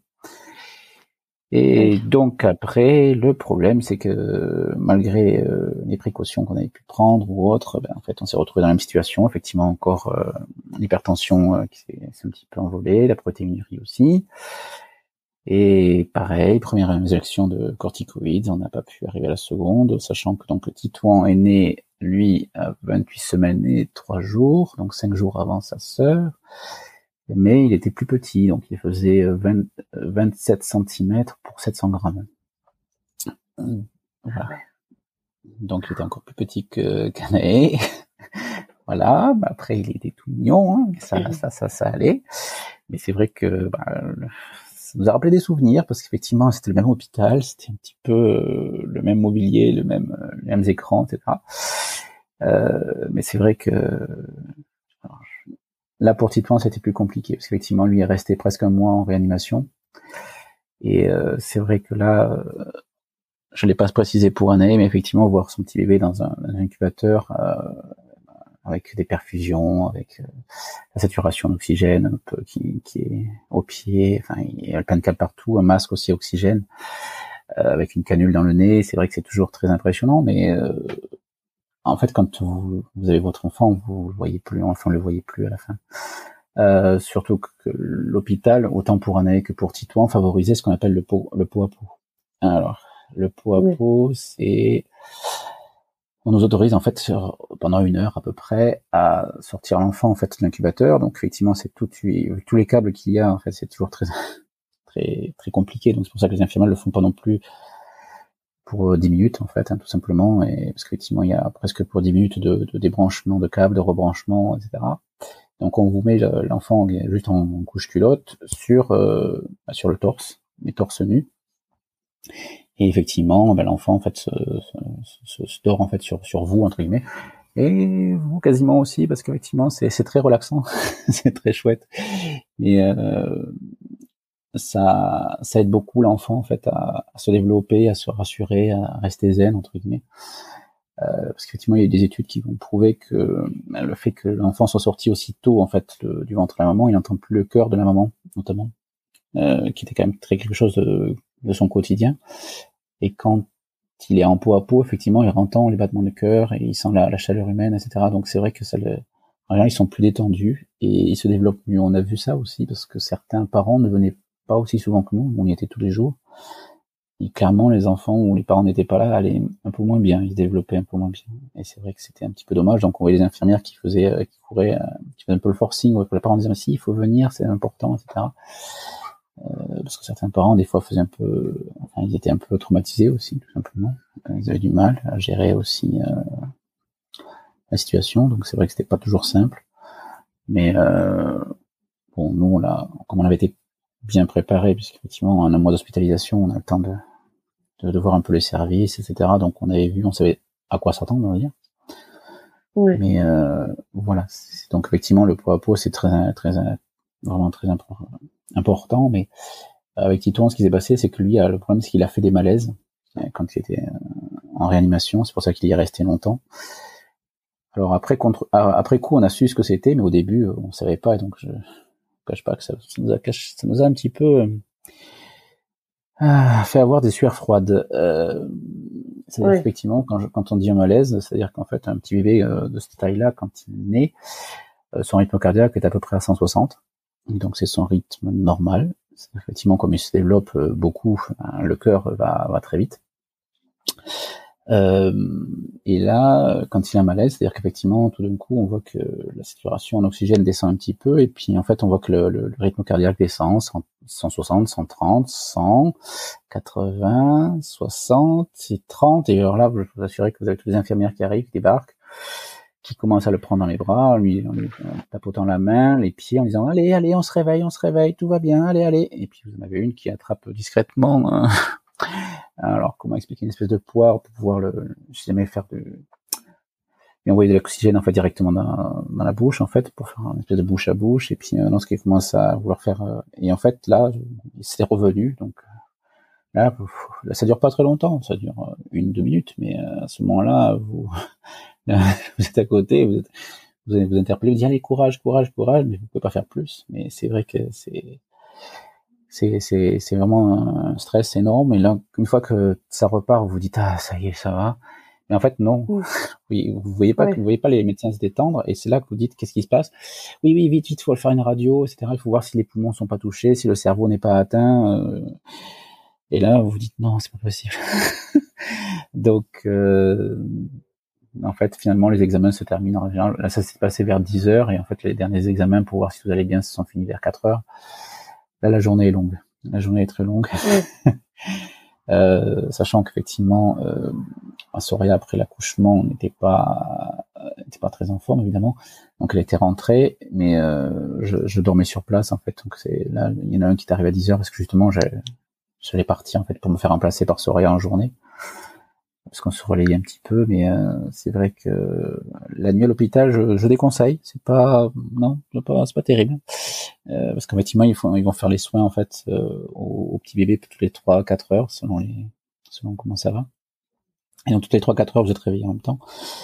Et oui. Donc après, le problème, c'est que malgré euh, les précautions qu'on avait pu prendre ou autres, ben, en fait, on s'est retrouvé dans la même situation. Effectivement, encore euh, l'hypertension euh, qui s'est, s'est un petit peu envolée, la protéinurie aussi. Et pareil, première injection de corticoïdes, on n'a pas pu arriver à la seconde, sachant que donc le Titouan est né, lui, à vingt-huit semaines et trois jours, donc cinq jours avant sa sœur, mais il était plus petit, donc il faisait vingt, vingt-sept centimètres pour sept cents grammes. Voilà. Donc il était encore plus petit que qu'Anaë. Voilà, bah, après il était tout mignon, hein, ça, ça, ça, ça allait. Mais c'est vrai que bah, ça nous a rappelé des souvenirs parce qu'effectivement c'était le même hôpital, c'était un petit peu euh, le même mobilier, le même, euh, les mêmes écrans, et cetera. Euh, mais c'est vrai que alors, là pour Titouan c'était plus compliqué parce qu'effectivement lui est resté presque un mois en réanimation. Et euh, c'est vrai que là, euh, je l'ai pas précisé pour Anaë, mais effectivement voir son petit bébé dans un, un incubateur. Euh, avec des perfusions, avec euh, la saturation d'oxygène un peu qui, qui est au pied, enfin il y a plein de câbles partout, un masque aussi oxygène, euh, avec une canule dans le nez, c'est vrai que c'est toujours très impressionnant, mais euh, en fait quand vous, vous avez votre enfant, vous le voyez plus, enfin le voyez plus à la fin. Euh, surtout que l'hôpital, autant pour Anaë que pour Titouan, favorisait ce qu'on appelle le pot, le pot à pot. Alors, le pot à oui. pot, c'est... On nous autorise en fait sur, pendant une heure à peu près à sortir l'enfant en fait de l'incubateur. Donc effectivement c'est tout, tous les câbles qu'il y a en fait c'est toujours très très très compliqué. Donc c'est pour ça que les infirmières le font pas non plus pour dix minutes en fait hein, tout simplement. Et parce qu'effectivement il y a presque pour dix minutes de, de débranchement de câbles, de rebranchement, et cetera. Donc on vous met l'enfant juste en couche culotte sur euh, sur le torse, les torses nus. Et effectivement, ben, l'enfant en fait se, se, se dort en fait sur sur vous entre guillemets, et vous quasiment aussi parce qu'effectivement c'est c'est très relaxant, c'est très chouette. Et euh, ça ça aide beaucoup l'enfant en fait à, à se développer, à se rassurer, à rester zen entre guillemets. Euh, parce qu'effectivement il y a des études qui vont prouver que ben, le fait que l'enfant soit sorti aussi tôt en fait le, du ventre de la maman, il n'entend plus le cœur de la maman notamment, euh, qui était quand même très quelque chose de, de son quotidien. Et quand il est en peau à peau, effectivement, il entend les battements de cœur et il sent la, la chaleur humaine, et cetera. Donc c'est vrai que ça le, en général, ils sont plus détendus et ils se développent mieux. On a vu ça aussi parce que certains parents ne venaient pas aussi souvent que nous. On y était tous les jours. Et clairement, les enfants où les parents n'étaient pas là allaient un peu moins bien. Ils se développaient un peu moins bien. Et c'est vrai que c'était un petit peu dommage. Donc on voyait les infirmières qui faisaient, qui couraient, qui faisaient un peu le forcing pour les parents en disant mais si, il faut venir, c'est important, et cetera. Euh, parce que certains parents, des fois, faisaient un peu, enfin, ils étaient un peu traumatisés aussi, tout simplement. Ils avaient du mal à gérer aussi euh, la situation, donc c'est vrai que c'était pas toujours simple. Mais euh, bon, nous, on l'a, comme on avait été bien préparés, puisqu'effectivement, en un mois d'hospitalisation, on a le temps de, de, de voir un peu les services, et cetera. Donc, on avait vu, on savait à quoi s'attendre, on va dire. Oui. Mais euh, voilà. C'est, donc, effectivement, le pot à pot, c'est très, très, vraiment très important. Mais avec Titouan, ce qui s'est passé, c'est que lui, le problème, c'est qu'il a fait des malaises quand il était en réanimation. C'est pour ça qu'il y est resté longtemps. Alors après, contre, après coup, on a su ce que c'était, mais au début, on savait pas. Et donc, je ne cache pas que ça, ça, nous a, ça nous a un petit peu euh, fait avoir des sueurs froides. Euh, c'est-à-dire oui. Effectivement, quand, je, quand on dit un malaise, c'est-à-dire qu'en fait, un petit bébé euh, de cette taille-là, quand il naît, euh, son rythme cardiaque est à peu près à cent soixante. Donc, c'est son rythme normal. C'est effectivement, comme il se développe euh, beaucoup, hein, le cœur va, va très vite. Euh, et là, quand il a un malaise, c'est-à-dire qu'effectivement, tout d'un coup, on voit que la saturation en oxygène descend un petit peu, et puis en fait, on voit que le, le, le rythme cardiaque descend, cent soixante, cent trente, cent, quatre-vingts, soixante, et trente, et alors là, je peux vous assurer que vous avez toutes les infirmières qui arrivent, qui débarquent, qui commencent à le prendre dans les bras, lui, en lui tapotant la main, les pieds, en disant « Allez, allez, on se réveille, on se réveille, tout va bien, allez, allez !» Et puis, vous en avez une qui attrape discrètement... Hein. Alors, comment expliquer une espèce de poire pour pouvoir le, je sais jamais faire de, lui envoyer de l'oxygène, en fait, directement dans, dans la bouche, en fait, pour faire une espèce de bouche à bouche, et puis, euh, lorsqu'il commence à vouloir faire, euh, et en fait, là, c'est revenu, donc, là, là, ça dure pas très longtemps, ça dure une, deux minutes, mais euh, à ce moment-là, vous, là, vous êtes à côté, vous êtes, vous allez vous interpeller, vous dire, allez, courage, courage, courage, mais vous pouvez pas faire plus, mais c'est vrai que c'est, C'est, c'est, c'est vraiment un stress énorme. Et là, une fois que ça repart, vous vous dites, ah, ça y est, ça va. Mais en fait, non. Mmh. Oui, vous voyez pas, ouais. Vous voyez pas les médecins se détendre. Et c'est là que vous dites, qu'est-ce qui se passe? Oui, oui, vite, vite, faut le faire une radio, et cetera. Il faut voir si les poumons sont pas touchés, si le cerveau n'est pas atteint. Euh... Et là, vous vous dites, non, c'est pas possible. Donc, euh... en fait, finalement, les examens se terminent en général. Là, ça s'est passé vers dix heures. Et en fait, les derniers examens pour voir si vous allez bien se sont finis vers quatre heures. Là, la journée est longue. La journée est très longue. Oui. euh, sachant qu'effectivement, euh, à Soraya, après l'accouchement, on n'était pas, euh, n'était pas très en forme, évidemment. Donc, elle était rentrée, mais euh, je, je dormais sur place, en fait. Donc, c'est là, il y en a un qui est arrivé à dix heures parce que justement, j'allais, j'allais partir, en fait, pour me faire remplacer par Soraya en journée. Parce qu'on se relayait un petit peu, mais euh, c'est vrai que la nuit à l'hôpital, je, je déconseille. C'est pas, non, c'est pas, c'est pas terrible, euh, parce qu'effectivement ils font, ils vont faire les soins en fait euh, au, au petit bébé toutes les trois à quatre heures selon les, selon comment ça va. Et donc toutes les trois à quatre heures vous êtes réveillé en même temps.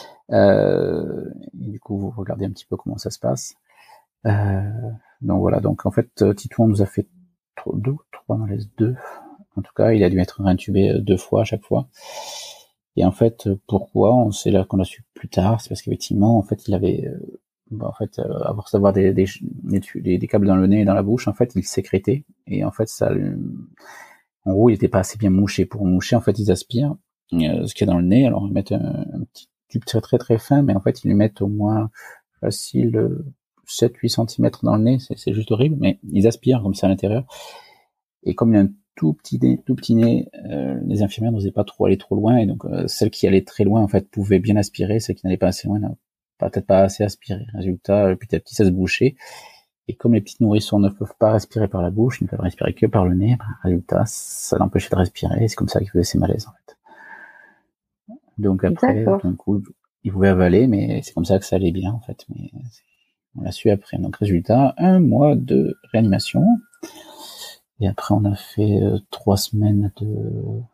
Euh, et du coup vous regardez un petit peu comment ça se passe. Euh, donc voilà, donc en fait Titouan nous a fait deux, trois malaises, deux. En tout cas, il a dû être réintubé deux fois à chaque fois. Et en fait, pourquoi? On sait là qu'on l'a su plus tard, c'est parce qu'effectivement, en fait, il avait, euh, bah, en fait, euh, avoir savoir des, des, des, des câbles dans le nez et dans la bouche, en fait, il sécrétait. Et en fait, ça, en gros, il était pas assez bien mouché. Pour moucher, en fait, ils aspirent euh, ce qu'il y a dans le nez. Alors, ils mettent un, un petit tube très très très fin, mais en fait, ils lui mettent au moins facile euh, sept huit centimètres dans le nez. C'est, c'est juste horrible, mais ils aspirent comme ça à l'intérieur. Et comme il y a un tout petit nez, tout petit nez, euh, les infirmières n'osaient pas trop aller trop loin, et donc euh, celles qui allaient très loin en fait pouvaient bien aspirer, celles qui n'allaient pas assez loin n'avaient peut-être pas assez aspiré. Résultat, petit à petit ça se bouchait, et comme les petites nourrissons ne peuvent pas respirer par la bouche, ils ne peuvent respirer que par le nez, bah, résultat ça l'empêchait de respirer, et c'est comme ça qu'ils faisaient ces malaises en fait. Donc après, d'un coup, ils pouvaient avaler, mais c'est comme ça que ça allait bien en fait. Mais on l'a su après. Donc résultat, un mois de réanimation. Et après, on a fait euh, trois semaines de,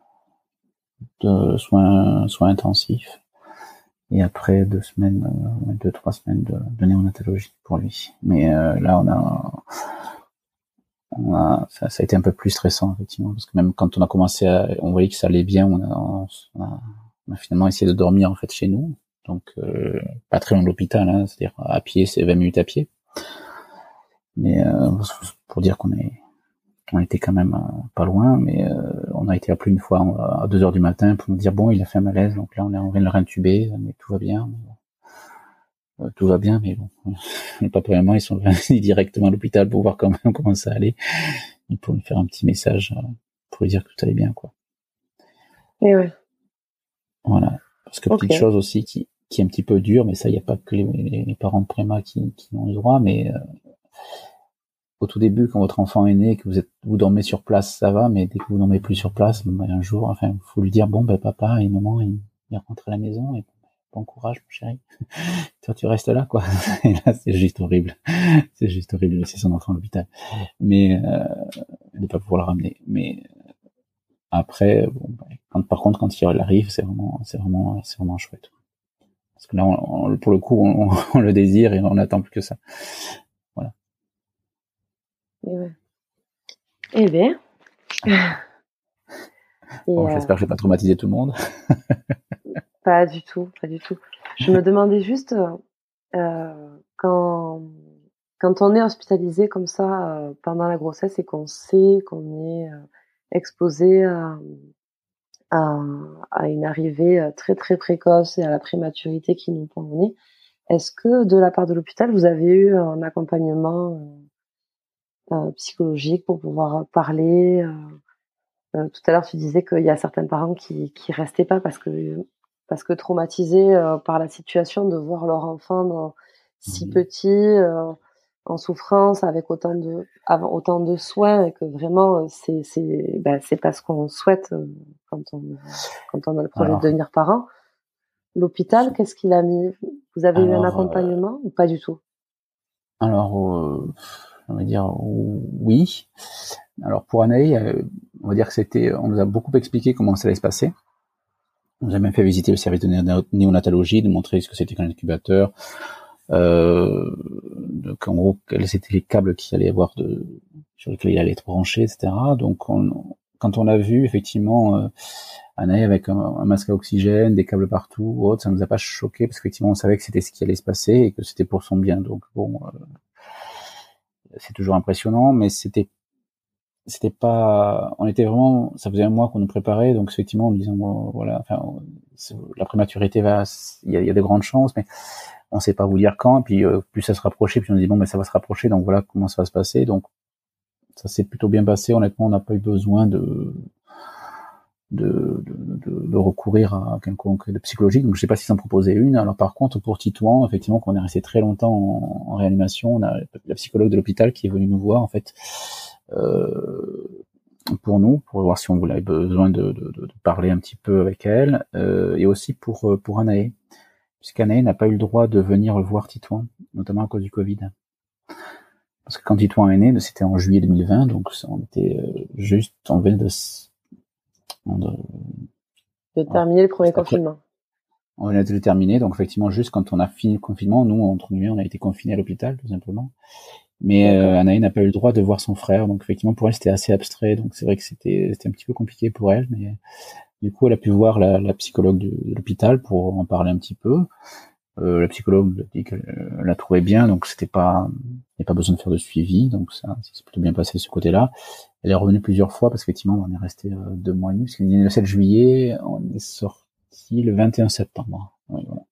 de soins, soins intensifs. Et après, deux semaines, euh, deux, trois semaines de, de néonatologie pour lui. Mais euh, là, on a, on a ça, ça a été un peu plus stressant, effectivement. Parce que même quand on a commencé à, on voyait que ça allait bien, on a, on a, on a finalement essayé de dormir, en fait, chez nous. Donc, euh, pas très loin de l'hôpital, hein, c'est-à-dire à pied, c'est vingt minutes à pied. Mais euh, pour dire qu'on est, on était quand même euh, pas loin, mais euh, on a été appelé une fois à deux heures du matin pour nous dire bon, il a fait un malaise, donc là on est en train de le réintuber, mais tout va bien. Euh, tout va bien, mais bon, les papas et maman ils sont venus directement à l'hôpital pour voir quand même comment ça allait. pour lui faire un petit message euh, pour lui dire que tout allait bien, quoi. Et ouais. Voilà. Parce que Ok. petite chose aussi qui, qui est un petit peu dure, mais ça, il n'y a pas que les, les parents de préma qui, qui ont le droit, mais euh, au tout début, quand votre enfant est né, que vous êtes, vous dormez sur place, ça va, mais dès que vous dormez plus sur place, ben, un jour, enfin, faut lui dire, bon, ben, papa et maman, il, il rentre à la maison, et bon courage, mon chéri. Toi, tu restes là, quoi. Et là, c'est juste horrible. C'est juste horrible de laisser son enfant à l'hôpital. Mais, euh, de pas pouvoir le ramener. Mais, après, bon, quand, par contre, quand il arrive, c'est vraiment, c'est vraiment, c'est vraiment chouette. Parce que là, on, on, pour le coup, on, on le désire et on n'attend plus que ça. Voilà. Et ouais. Eh bien. Bon, Et j'espère euh, que je vais pas traumatiser tout le monde. pas du tout, pas du tout. Je me demandais juste euh, quand quand on est hospitalisé comme ça euh, pendant la grossesse et qu'on sait qu'on est euh, exposé à, à, à une arrivée très très précoce et à la prématurité qui nous prend au nez, est-ce que de la part de l'hôpital vous avez eu un accompagnement euh, euh, psychologique pour pouvoir parler euh, euh, tout à l'heure tu disais qu'il y a certains parents qui qui restaient pas parce que parce que traumatisés euh, par la situation de voir leur enfant dans, si Mmh. petit euh, en souffrance avec autant de avec autant de soins et que vraiment c'est c'est ben, c'est pas ce qu'on souhaite euh, quand on quand on a le projet de Alors, devenir parent. L'hôpital, qu'est-ce qu'il a mis? Vous avez eu un alors, euh, accompagnement ou pas du tout? alors, euh, on va dire oui. Alors pour Anaï, euh, on va dire que c'était, on nous a beaucoup expliqué comment ça allait se passer. On nous a même fait visiter le service de néo- néonatologie, de montrer ce que c'était qu'un incubateur, euh, donc en gros quels étaient les câbles qu'il allait avoir de, sur lesquels il allait être branché, et cetera. Donc on, quand on a vu effectivement euh, Anaï avec un, un masque à oxygène, des câbles partout, ou autre, ça nous a pas choqué parce qu'effectivement on savait que c'était ce qui allait se passer et que c'était pour son bien. Donc bon, euh, c'est toujours impressionnant, mais c'était c'était pas, on était vraiment, ça faisait un mois qu'on nous préparait, donc effectivement en disant bon, voilà, enfin la prématurité va, il y a, il y a de grandes chances, mais on sait pas vous dire quand, et puis euh, plus ça se rapprochait, puis on dit bon ben ça va se rapprocher, donc voilà comment ça va se passer, donc ça s'est plutôt bien passé, honnêtement on n'a pas eu besoin de de, de, de, de recourir à quelconque de psychologique, donc je sais pas si s'en proposait une. Alors par contre pour Titouan, effectivement qu'on est resté très longtemps en, en réanimation, on a la psychologue de l'hôpital qui est venue nous voir en fait. Euh, pour nous, pour voir si on avait besoin de, de, de parler un petit peu avec elle, euh, et aussi pour pour Anaé, puisqu'Anaé n'a pas eu le droit de venir voir Titouan, notamment à cause du Covid. Parce que quand Titouan est né, c'était en juillet deux mille vingt, donc on était euh, juste, on venait de, de, De terminer le premier après, confinement. on venait de le terminer, donc effectivement juste quand on a fini le confinement, nous entre guillemets, on a été confinés à l'hôpital tout simplement. Mais euh, Anaï n'a pas eu le droit de voir son frère, donc effectivement pour elle c'était assez abstrait, donc c'est vrai que c'était c'était un petit peu compliqué pour elle, mais du coup elle a pu voir la, la psychologue de, de l'hôpital pour en parler un petit peu. Euh, la psychologue dit qu'elle l'a trouvé bien, donc c'était pas, il n'y a pas besoin de faire de suivi, donc ça c'est plutôt bien passé de ce côté-là. Elle est revenue plusieurs fois parce qu'effectivement on est resté euh, deux mois et demi, parce qu'elle est née le sept juillet, on est sorti le vingt et un septembre. Oui, voilà.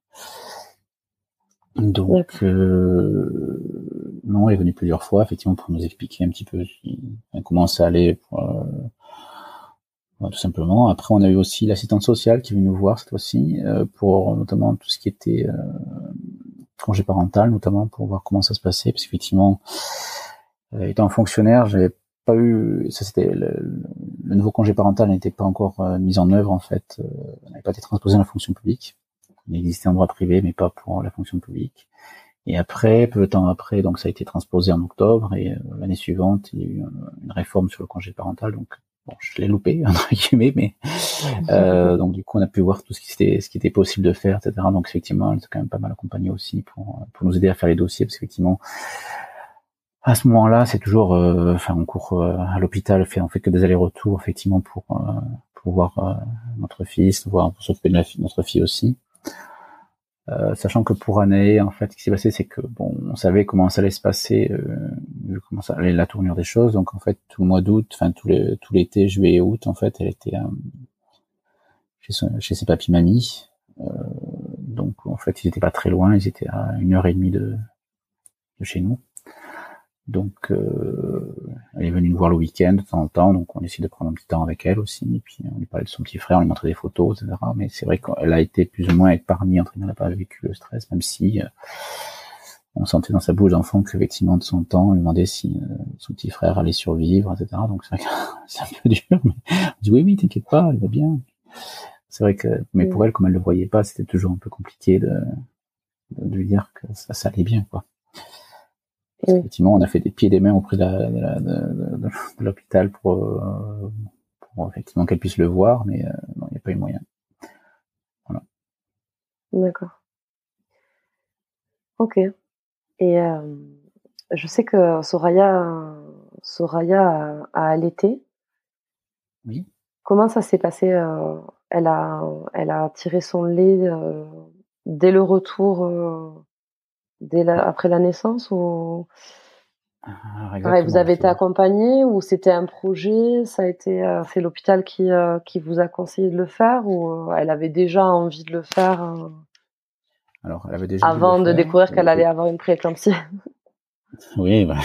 Donc, euh, non, elle est venue plusieurs fois, effectivement, pour nous expliquer un petit peu comment ça allait, pour, euh, tout simplement. Après, on a eu aussi l'assistante sociale qui est venue nous voir cette fois-ci, euh, pour notamment tout ce qui était euh, congé parental, notamment pour voir comment ça se passait, parce qu'effectivement, euh, étant fonctionnaire, j'avais pas eu, ça c'était le, le nouveau congé parental n'était pas encore euh, mis en œuvre en fait, euh, n'avait pas été transposé dans la fonction publique. Il existait en droit privé, mais pas pour la fonction publique. Et après, peu de temps après, donc ça a été transposé en octobre, et euh, l'année suivante, il y a eu une réforme sur le congé parental, donc bon, je l'ai loupé, entre guillemets, mais euh, donc du coup, on a pu voir tout ce qui était, ce qui était possible de faire, et cetera. Donc effectivement, elle était quand même pas mal accompagnée aussi pour, pour nous aider à faire les dossiers, parce qu'effectivement, à ce moment-là, c'est toujours, euh, enfin, on court euh, à l'hôpital, on fait, on fait que des allers-retours, effectivement, pour, euh, pour voir euh, notre fils, voir, pour s'occuper de la fille, notre fille aussi. Euh, sachant que pour Anaé, en fait, ce qui s'est passé, c'est que bon, on savait comment ça allait se passer, euh, comment ça allait la tournure des choses. Donc en fait, tout le mois d'août, enfin tout, les, tout l'été, juillet et août, en fait, elle était euh, chez, son, chez ses papis mamies. Euh, donc en fait, ils étaient pas très loin, ils étaient à une heure et demie de, de chez nous. Donc euh, elle est venue nous voir le week-end de temps en temps, donc on essaie de prendre un petit temps avec elle aussi. Et puis on lui parlait de son petit frère, on lui montrait des photos, et cetera. Mais c'est vrai qu'elle a été plus ou moins épargnée, entre guillemets, elle n'a pas vécu le stress, même si euh, on sentait dans sa bouche d'enfant qu'effectivement de son temps, on lui demandait si euh, son petit frère allait survivre, et cetera. Donc c'est vrai que c'est un peu dur, mais on dit oui, oui, t'inquiète pas, il va bien. C'est vrai que, mais pour elle, comme elle le voyait pas, c'était toujours un peu compliqué de, de, de lui dire que ça, ça allait bien, quoi. Parce Oui. qu'effectivement, on a fait des pieds et des mains auprès de, la, de, la, de, de, de l'hôpital pour, euh, pour effectivement qu'elle puisse le voir, mais euh, non, il n'y a pas eu moyen. Voilà. D'accord. Ok. Et euh, je sais que Soraya, Soraya a, a allaité. Oui. Comment ça s'est passé euh, Elle a, elle a tiré son lait euh, dès le retour, euh, dès la, après la naissance ou Ah, pareil, vous exactement. avez été accompagné ou c'était un projet? Ça a été, euh, c'est l'hôpital qui euh, qui vous a conseillé de le faire ou euh, elle avait déjà envie de le faire euh, Alors, elle avait déjà envie de le avant de faire. découvrir qu'elle allait Et, avoir une prééclampsie? oui, bah.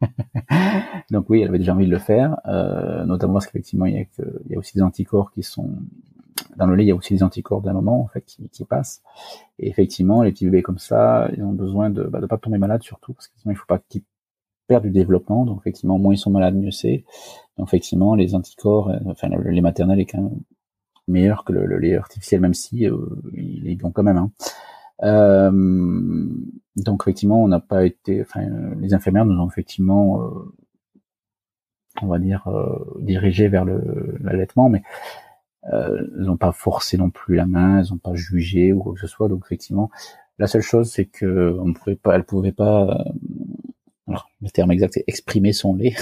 Donc oui, elle avait déjà envie de le faire, euh, notamment parce qu'effectivement, il y a que, il y a aussi des anticorps qui sont dans le lait. Il y a aussi des anticorps d'un moment en fait qui, qui passent. Et effectivement, les petits bébés comme ça, ils ont besoin de bah, de pas tomber malade surtout, parce que sinon il faut pas qu'ils perdent du développement. Donc effectivement, moins ils sont malades, mieux c'est. Donc effectivement, les anticorps, euh, enfin le lait maternel est quand même meilleur que le, le lait artificiel, même si euh, il est bon quand même. Hein. Euh, donc effectivement, on n'a pas été, enfin les infirmières nous ont effectivement euh, on va dire, euh, dirigées vers le, l'allaitement, mais euh, elles n'ont pas forcé non plus la main, elles n'ont pas jugé ou quoi que ce soit. Donc effectivement, la seule chose, c'est que on pouvait pas, elle pouvait pas, euh, alors le terme exact, c'est exprimer son lait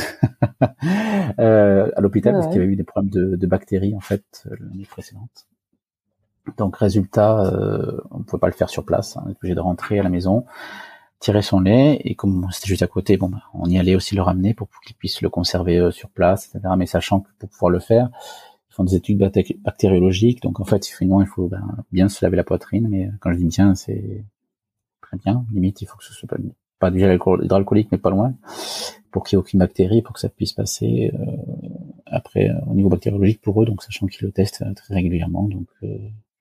euh, à l'hôpital Ouais, parce qu'il y ouais. avait eu des problèmes de, de bactéries en fait l'année précédente. Donc résultat, euh, on ne pouvait pas le faire sur place. On est obligé de rentrer à la maison, tirer son lait, et comme c'était juste à côté, bon, bah, on y allait aussi le ramener pour qu'il puisse le conserver euh, sur place, et cetera. Mais sachant que pour pouvoir le faire, ils font des études bactériologiques, donc en fait, finalement, il faut ben, bien se laver la poitrine, mais quand je dis bien, c'est très bien, limite, il faut que ce soit pas, pas du gel hydroalcoolique, mais pas loin, pour qu'il n'y ait aucune bactérie, pour que ça puisse passer euh, après euh, au niveau bactériologique pour eux, donc sachant qu'ils le testent euh, très régulièrement, donc euh,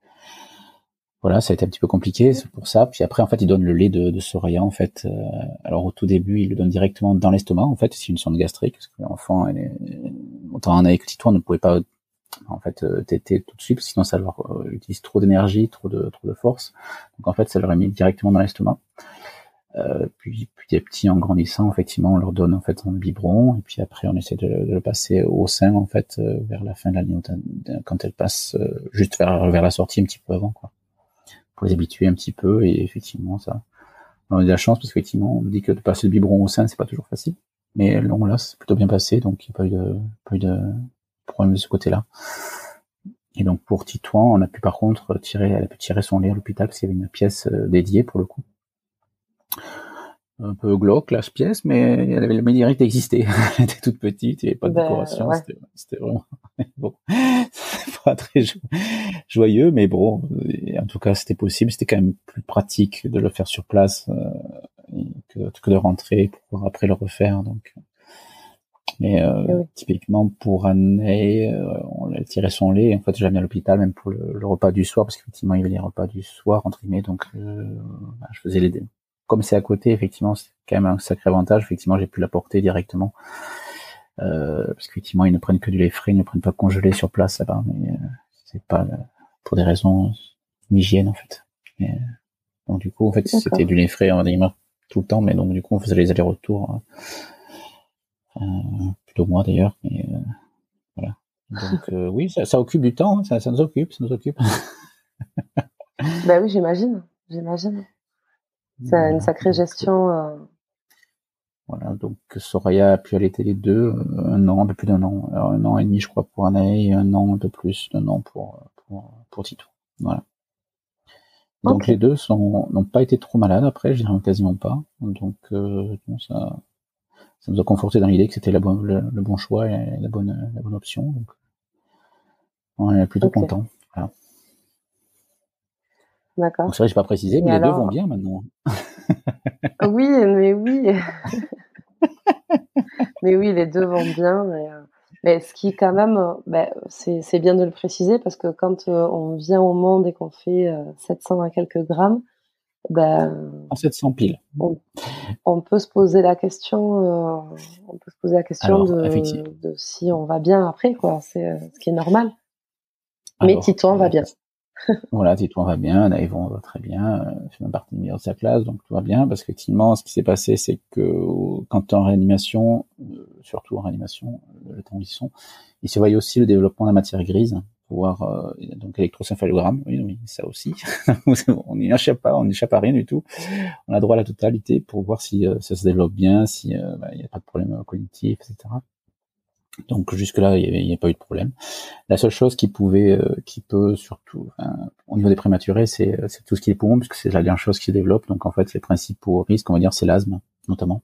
voilà, ça a été un petit peu compliqué, c'est pour ça. Puis après, en fait, ils donnent le lait de, de Soraya, en fait. Euh, alors au tout début, ils le donnent directement dans l'estomac, en fait, c'est une sonde gastrique, parce que l'enfant, elle est, autant un avec Titouan ne pouvait pas, en fait, euh, téter tout de suite, parce que sinon ça leur euh, utilise trop d'énergie, trop de, trop de force. Donc en fait, ça leur est mis directement dans l'estomac. Euh, puis petit à petit, en grandissant, effectivement, on leur donne en fait un biberon, et puis après, on essaie de, de le passer au sein, en fait, euh, vers la fin de l'année, quand elle passe euh, juste vers, vers la sortie, un petit peu avant, quoi. Pour les habituer un petit peu, et effectivement ça on a eu de la chance parce qu'effectivement on me dit que de passer le biberon au sein c'est pas toujours facile, mais non là c'est plutôt bien passé, donc il n'y a pas eu de pas eu de problème de ce côté-là. Et donc pour Titouan, on a pu par contre tirer elle a pu tirer son lait à l'hôpital parce qu'il y avait une pièce dédiée pour le coup. Un peu glauque la pièce, mais elle avait le mérite d'exister. Elle était toute petite, il n'y avait pas de Ben décoration, ouais. c'était, c'était vraiment bon, c'est pas très jo- joyeux, mais bon, en tout cas c'était possible, c'était quand même plus pratique de le faire sur place euh, que, que de rentrer pour pouvoir après le refaire. Donc, mais euh, Eh oui. typiquement pour Année, euh, on l'a tiré son lait, en fait je l'ai mis à l'hôpital même pour le, le repas du soir, parce qu'effectivement il y avait les repas du soir entre guillemets, donc euh, bah, je faisais les comme c'est à côté, effectivement, c'est quand même un sacré avantage. Effectivement, j'ai pu l'apporter directement. Euh, parce qu'effectivement, ils ne prennent que du lait frais, ils ne prennent pas congelé sur place là-bas, mais euh, c'est pas euh, pour des raisons d'hygiène, en fait. Mais, donc, du coup, en fait, D'accord. c'était du lait frais, on va tout le temps, mais donc, du coup, on faisait les allers-retours, euh, plutôt moi d'ailleurs, mais euh, voilà. Donc, euh, oui, ça, ça occupe du temps, hein, ça, ça nous occupe, ça nous occupe. Ben oui, j'imagine, j'imagine. C'est une Voilà. sacrée Donc, gestion. Euh... Voilà, donc Soraya a pu allaiter les deux, euh, un an, un peu plus d'un an, alors un an et demi je crois pour Anaë et un an de plus d'un an pour pour pour Tito. Voilà. Donc Ok. les deux sont n'ont pas été trop malades après, je dirais quasiment pas. Donc euh, bon, ça ça nous a conforté dans l'idée que c'était la bonne le, le bon choix et la bonne la bonne option. Donc on est plutôt Ok. content. Voilà. Donc D'accord. c'est vrai, j'ai pas précisé, Et mais les deux vont alors, bien maintenant. oui, mais oui. Mais oui, les deux vont bien. Et, euh, mais ce qui quand même, euh, ben, c'est, c'est bien de le préciser parce que quand euh, on vient au monde et qu'on fait euh, sept cents à quelques grammes, ben, En sept cents piles. on, on peut se poser la question, euh, on peut se poser la question Alors, de, effectivement. de si on va bien après, quoi. C'est euh, ce qui est normal. Mais Alors, Titouan va euh, bien. voilà, Titouan va bien, Naïvon va très bien, euh, fait même partie du meilleur de sa classe, donc tout va bien, parce qu'effectivement, ce qui s'est passé, c'est que quand tu es en réanimation, euh, surtout en réanimation, euh, le temps où ils sont, il se voyait aussi le développement de la matière grise, pour voir, euh, donc électrocéphalogramme, oui, oui, ça aussi, on n'y échappe pas, on n'échappe à rien du tout, on a droit à la totalité pour voir si euh, ça se développe bien, si euh, bah, il n'y a pas de problème cognitif, et cetera. Donc jusque-là, il n'y a, a pas eu de problème. La seule chose qui pouvait, euh, qui peut surtout, enfin, au niveau des prématurés, c'est, c'est tout ce qui est poumon, puisque c'est la dernière chose qui se développe. Donc en fait, les principaux risques, on va dire, c'est l'asthme, notamment.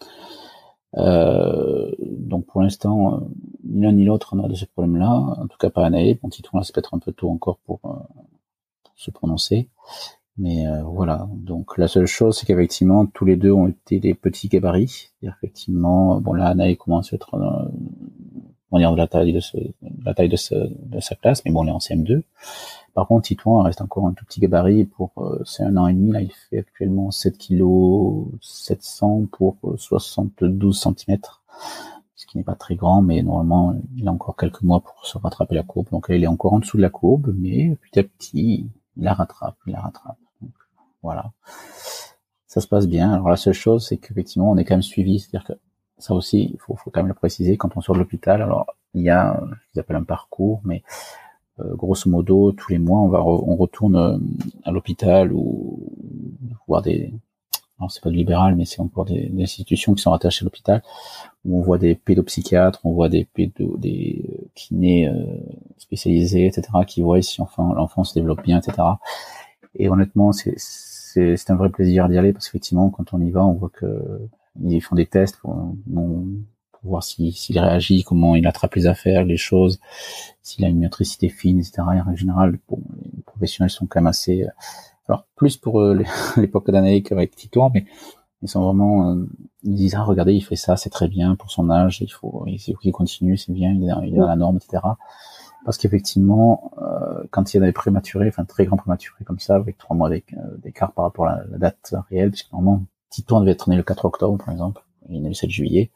Euh, donc pour l'instant, euh, ni l'un ni l'autre n'a de ce problème-là, en tout cas pas Anaé. Bon, Titouan, là, c'est peut-être un peu tôt encore pour, euh, pour se prononcer. Mais euh, voilà, donc la seule chose, c'est qu'effectivement, tous les deux ont été des petits gabarits. C'est-à-dire effectivement, bon là, Anaé commence à être, euh, on va dire, de la taille de, ce, de la taille de, ce, de sa classe, mais bon, on est en C M deux. Par contre, Titouan reste encore un tout petit gabarit pour, euh, c'est un an et demi, là, il fait actuellement sept kilos sept cents pour soixante-douze centimètres, ce qui n'est pas très grand, mais normalement, il a encore quelques mois pour se rattraper la courbe. Donc là, il est encore en dessous de la courbe, mais petit à petit, il la rattrape, il la rattrape. Donc, voilà. Ça se passe bien. Alors la seule chose, c'est qu'effectivement, on est quand même suivi, c'est-à-dire que ça aussi, il faut, faut quand même le préciser, quand on sort de l'hôpital, alors il y a ce qu'ils appellent un parcours, mais euh, grosso modo, tous les mois, on va re, on retourne euh, à l'hôpital ou voir des, alors c'est pas du libéral, mais c'est encore des, des institutions qui sont rattachées à l'hôpital, où on voit des pédopsychiatres, on voit des pédo, des kinés euh, spécialisés, et cetera, qui voient si enfin l'enfant se développe bien, et cetera. Et honnêtement, c'est, c'est, c'est un vrai plaisir d'y aller parce qu'effectivement, quand on y va, on voit que ils font des tests pour, pour voir s'il, s'il réagit, comment il attrape les affaires, les choses, s'il a une motricité fine, et cetera. Et en général, bon, les professionnels sont quand même assez, alors plus pour euh, l'époque d'Anaï qu'avec Titouan, mais ils sont vraiment, euh, ils disent ah regardez, il fait ça, c'est très bien pour son âge, il faut, il faut qu'il continue, c'est bien, il est dans, il est dans la norme, et cetera. Parce qu'effectivement, euh, quand il y a des prématurés, enfin très grands prématurés comme ça, avec trois mois d'écart par rapport à la, la date réelle, puisque normalement, Titouan devait être né le quatre octobre, par exemple, il est né le sept juillet.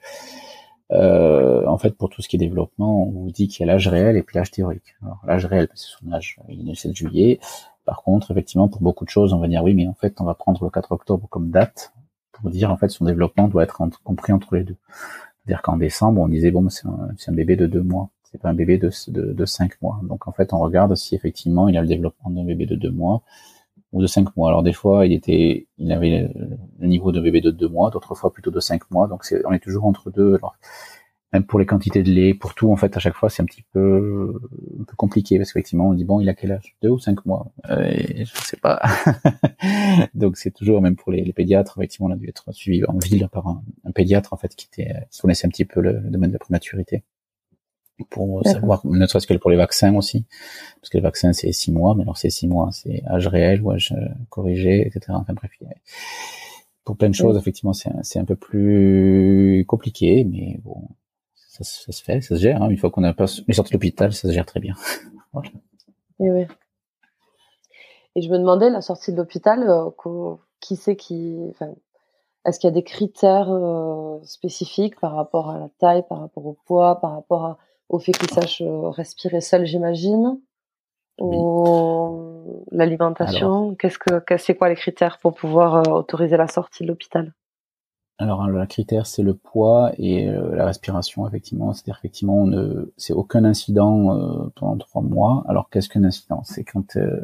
Euh, en fait, pour tout ce qui est développement, on vous dit qu'il y a l'âge réel et puis l'âge théorique. Alors, l'âge réel, c'est son âge, il est né le sept juillet. Par contre, effectivement, pour beaucoup de choses, on va dire oui, mais en fait, on va prendre le quatre octobre comme date pour dire, en fait, son développement doit être entre, compris entre les deux. C'est-à-dire qu'en décembre, on disait, bon, c'est un, c'est un bébé de deux mois. C'est pas un bébé de, de, de cinq mois. Donc, en fait, on regarde si effectivement il a le développement d'un bébé de deux mois ou de cinq mois. Alors, des fois, il était, il avait le niveau d'un bébé de deux mois, d'autres fois plutôt de cinq mois. Donc, c'est, on est toujours entre deux. Alors, même pour les quantités de lait, pour tout, en fait, à chaque fois, c'est un petit peu, un peu compliqué parce qu'effectivement, on dit bon, il a quel âge? Deux ou cinq mois? Euh, et je sais pas. Donc, c'est toujours, même pour les, les pédiatres, effectivement, on a dû être suivi en ville par un, un pédiatre, en fait, qui était, qui connaissait un petit peu le, le domaine de la prématurité. Pour D'accord. savoir, ne serait-ce que pour les vaccins aussi, parce que les vaccins c'est six mois, mais alors c'est six mois, c'est âge réel ou âge corrigé, et cetera. Enfin bref, pour plein de choses, oui. Effectivement, c'est un, c'est un peu plus compliqué, mais bon, ça, ça se fait, ça se gère. Hein. Une fois qu'on a pas, est sorti de l'hôpital, ça se gère très bien. Voilà. Et oui. Et je me demandais, la sortie de l'hôpital, euh, qui c'est qui, enfin, est-ce qu'il y a des critères euh, spécifiques par rapport à la taille, par rapport au poids, par rapport à au fait qu'il sache respirer seul, j'imagine, ou oui. l'alimentation. Alors, qu'est-ce que, c'est quoi les critères pour pouvoir euh, autoriser la sortie de l'hôpital? Alors, le critère, c'est le poids et euh, la respiration, effectivement. C'est-à-dire, effectivement, on ne, c'est aucun incident euh, pendant trois mois. Alors, qu'est-ce qu'un incident? C'est quand, euh,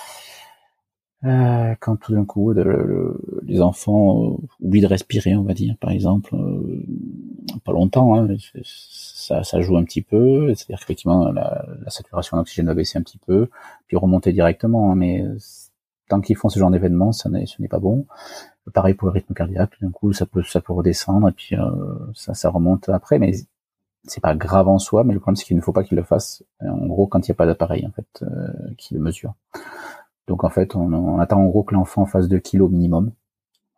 euh, quand tout d'un coup, de, le, les enfants euh, oublient de respirer, on va dire, par exemple, euh, pas longtemps, hein, ça, ça joue un petit peu. C'est-à-dire qu'effectivement, la, la saturation d'oxygène va baisser un petit peu, puis remonter directement. Hein, mais tant qu'ils font ce genre d'événement, ça n'est, ce n'est pas bon. Pareil pour le rythme cardiaque, tout d'un coup, ça peut, ça peut redescendre et puis euh, ça, ça remonte après. Mais c'est pas grave en soi. Mais le problème, c'est qu'il ne faut pas qu'il le fasse. En gros, quand il n'y a pas d'appareil en fait euh, qui le mesure. Donc en fait, on, on attend en gros que l'enfant fasse deux kilos minimum.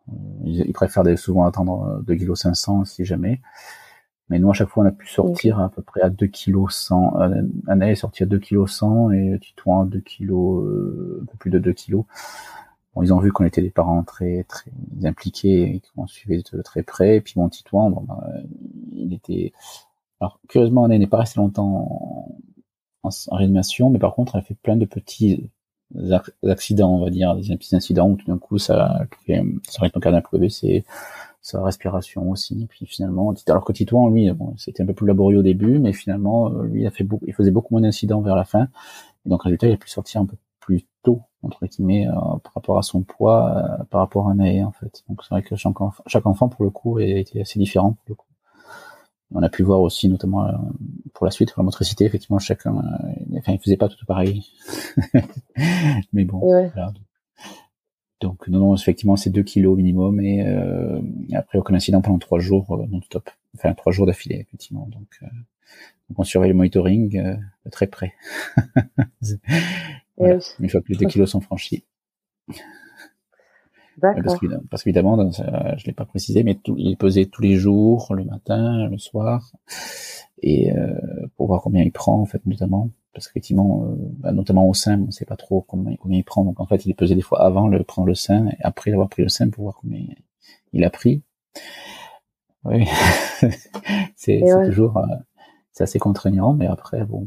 Ils, ils préfèrent souvent attendre deux kilos cinq cents si jamais. Mais nous, à chaque fois, on a pu sortir okay. à peu près à deux kilos cent. Anaë est sortie à deux kilos cent et Titouan deux kilos, euh, un peu plus de deux kilos. Bon, ils ont vu qu'on était des parents très, très impliqués et qu'on suivait de très près. Et puis mon Titouan, bon, bah, il était, alors, curieusement, Anaë n'est pas restée longtemps en, en, en réanimation, mais par contre, elle a fait plein de petits accidents, on va dire, des petits incidents où tout d'un coup, ça, ça rythme cardiaque pouvait baisser, sa respiration aussi, puis finalement, alors que Titouan, lui, bon, c'était un peu plus laborieux au début, mais finalement, lui, il a fait beaucoup, il faisait beaucoup moins d'incidents vers la fin, et donc, résultat, il a pu sortir un peu plus tôt, entre guillemets, euh, par rapport à son poids, euh, par rapport à Anaë, en fait. Donc, c'est vrai que chaque enfant, chaque enfant, pour le coup, a été assez différent, pour le coup. On a pu voir aussi, notamment, euh, pour la suite, pour la motricité, effectivement, chacun, euh, enfin, il faisait pas tout pareil. Mais bon, ouais. voilà. Donc non, non, effectivement, c'est deux kilos minimum et euh, après aucun incident pendant trois jours euh, non-stop, enfin trois jours d'affilée, effectivement. Donc, euh, donc on surveille le monitoring euh, de très près. Voilà. Oui. Une fois que les deux kilos sont franchis. D'accord. Parce, qu'évidemment, parce qu'évidemment, je l'ai pas précisé, mais tout, il pesait tous les jours, le matin, le soir, et euh, pour voir combien il prend en fait, notamment. Parce qu'effectivement, euh, bah, notamment au sein, on ne sait pas trop combien, combien il prend. Donc en fait, il est pesé des fois avant de prendre le sein et après avoir pris le sein pour voir combien il a pris. Oui, c'est, c'est ouais. toujours, euh, c'est assez contraignant, mais après, bon,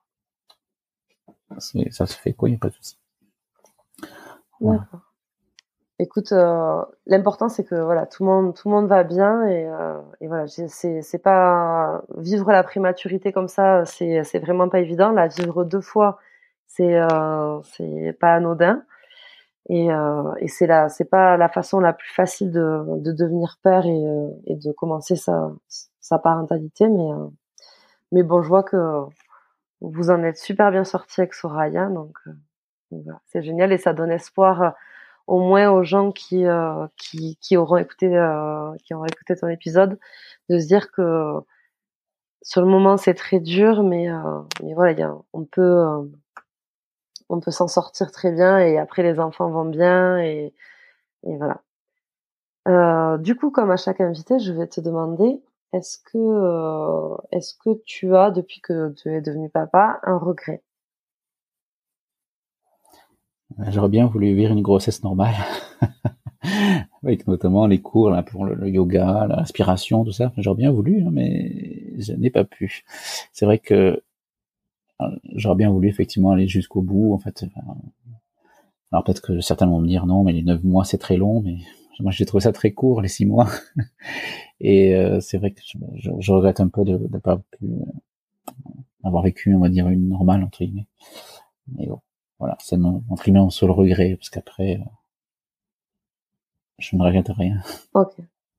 c'est, ça se fait quoi, il n'y a pas de souci. Voilà. D'accord. Écoute, euh, l'important c'est que voilà, tout le monde, tout le monde va bien et, euh, et voilà, c'est, c'est pas vivre la prématurité comme ça, c'est, c'est vraiment pas évident. La vivre deux fois, c'est, euh, c'est pas anodin et, euh, et c'est la, c'est pas la façon la plus facile de, de devenir père et, euh, et de commencer sa, sa parentalité, mais, euh, mais bon, je vois que vous en êtes super bien sortis avec Soraya, donc, euh, donc voilà, c'est génial et ça donne espoir. Euh, au moins aux gens qui euh, qui qui auront écouté euh, qui auront écouté ton épisode, de se dire que sur le moment c'est très dur, mais euh, mais voilà, y a, on peut euh, on peut s'en sortir très bien et après les enfants vont bien et et voilà. Euh, du coup, comme à chaque invité, je vais te demander est-ce que euh, est-ce que tu as depuis que tu es devenu papa un regret? J'aurais bien voulu vivre une grossesse normale, avec notamment les cours là, pour le, le yoga, la respiration, tout ça. J'aurais bien voulu, hein, mais je n'ai pas pu. C'est vrai que j'aurais bien voulu effectivement aller jusqu'au bout. En fait, alors peut-être que certains vont me dire non, mais les neuf mois c'est très long, mais moi j'ai trouvé ça très court, les six mois. Et euh, c'est vrai que je, je, je regrette un peu de ne pas pu avoir vécu, on va dire, une normale entre guillemets. Mais bon. Voilà, c'est mon, entre guillemets, mon seul regret, parce qu'après, euh, je ne regrette rien. Ok.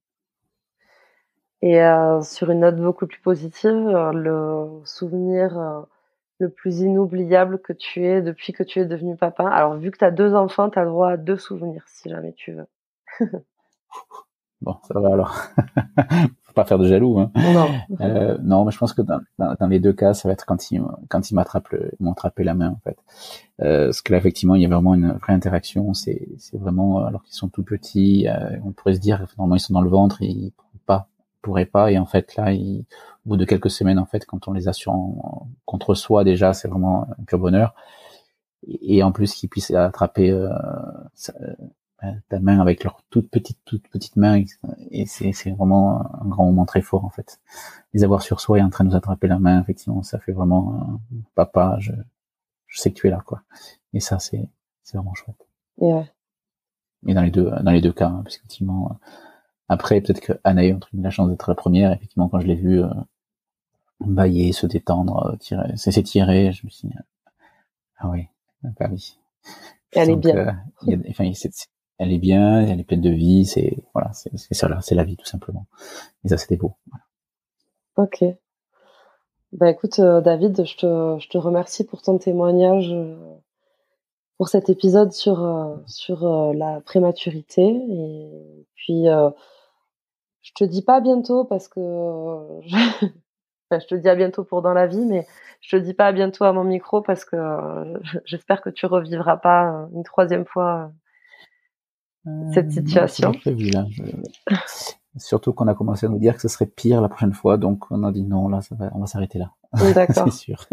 Et euh, sur une note beaucoup plus positive, euh, le souvenir euh, le plus inoubliable que tu aies depuis que tu es devenu papa. Alors, vu que tu as deux enfants, tu as le droit à deux souvenirs, si jamais tu veux. Bon, ça va alors. Faut pas faire de jaloux, hein. Non. Euh, non, mais je pense que dans, dans, dans les deux cas, ça va être quand il, quand il m'attrape le, ils m'ont attrapé la main, en fait. Euh, parce que là, effectivement, il y a vraiment une vraie interaction. C'est, c'est vraiment, alors qu'ils sont tout petits, euh, on pourrait se dire, normalement, ils sont dans le ventre et ils pourraient pas, ils pourraient pas. Et en fait, là, ils, au bout de quelques semaines, en fait, quand on les a sur, en, contre soi, déjà, c'est vraiment un pur bonheur. Et, et en plus, qu'ils puissent attraper, euh, ça, ta main avec leur toute petite, toute petite main, et c'est, c'est vraiment un grand moment très fort, en fait. Les avoir sur soi et en train de nous attraper la main, effectivement, ça fait vraiment, euh, papa, je, je sais que tu es là, quoi. Et ça, c'est, c'est vraiment chouette. Yeah. Et dans les deux, dans les deux cas, hein, parce qu'effectivement, euh, après, peut-être que Anaï a eu la chance d'être la première, effectivement, quand je l'ai vue, euh, bailler, se détendre, euh, tirer, s'étirer, je me suis dit, ah oui, bah oui. Elle est bien. Que, y a, enfin, c'est, c'est, elle est bien, elle est pleine de vie, c'est, voilà, c'est, c'est ça là, c'est la vie, tout simplement. Et ça, c'était beau. Voilà. Ok. Bah écoute, euh, David, je te, je te remercie pour ton témoignage, euh, pour cet épisode sur, euh, sur euh, la prématurité. Et puis, euh, je te dis pas bientôt parce que euh, je... enfin, je te dis à bientôt pour dans la vie, mais je te dis pas à bientôt à mon micro parce que euh, j'espère que tu revivras pas une troisième fois cette situation. Euh, prévu, là. Je... Surtout qu'on a commencé à nous dire que ce serait pire la prochaine fois, donc on a dit non, là, ça va, on va s'arrêter là. D'accord. C'est sûr.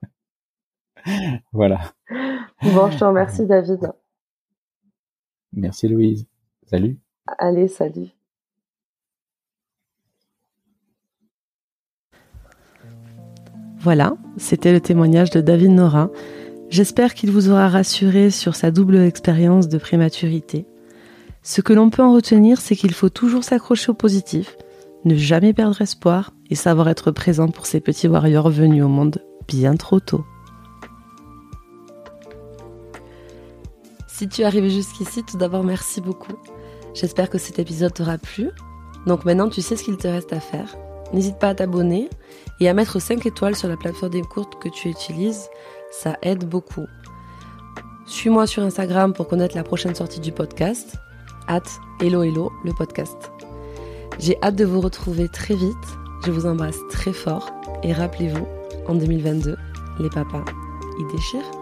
Voilà. Bon, je te remercie, David. Merci, Louise. Salut. Allez, salut. Voilà, c'était le témoignage de David Nora. J'espère qu'il vous aura rassuré sur sa double expérience de prématurité. Ce que l'on peut en retenir, c'est qu'il faut toujours s'accrocher au positif, ne jamais perdre espoir et savoir être présent pour ces petits warriors venus au monde bien trop tôt. Si tu es arrivé jusqu'ici, tout d'abord merci beaucoup. J'espère que cet épisode t'aura plu. Donc maintenant tu sais ce qu'il te reste à faire. N'hésite pas à t'abonner et à mettre cinq étoiles sur la plateforme d'écoute que tu utilises, ça aide beaucoup. Suis-moi sur Instagram pour connaître la prochaine sortie du podcast, at hello hello le podcast. J'ai hâte de vous retrouver très vite, je vous embrasse très fort et rappelez-vous, en deux mille vingt-deux, les papas, ils déchirent.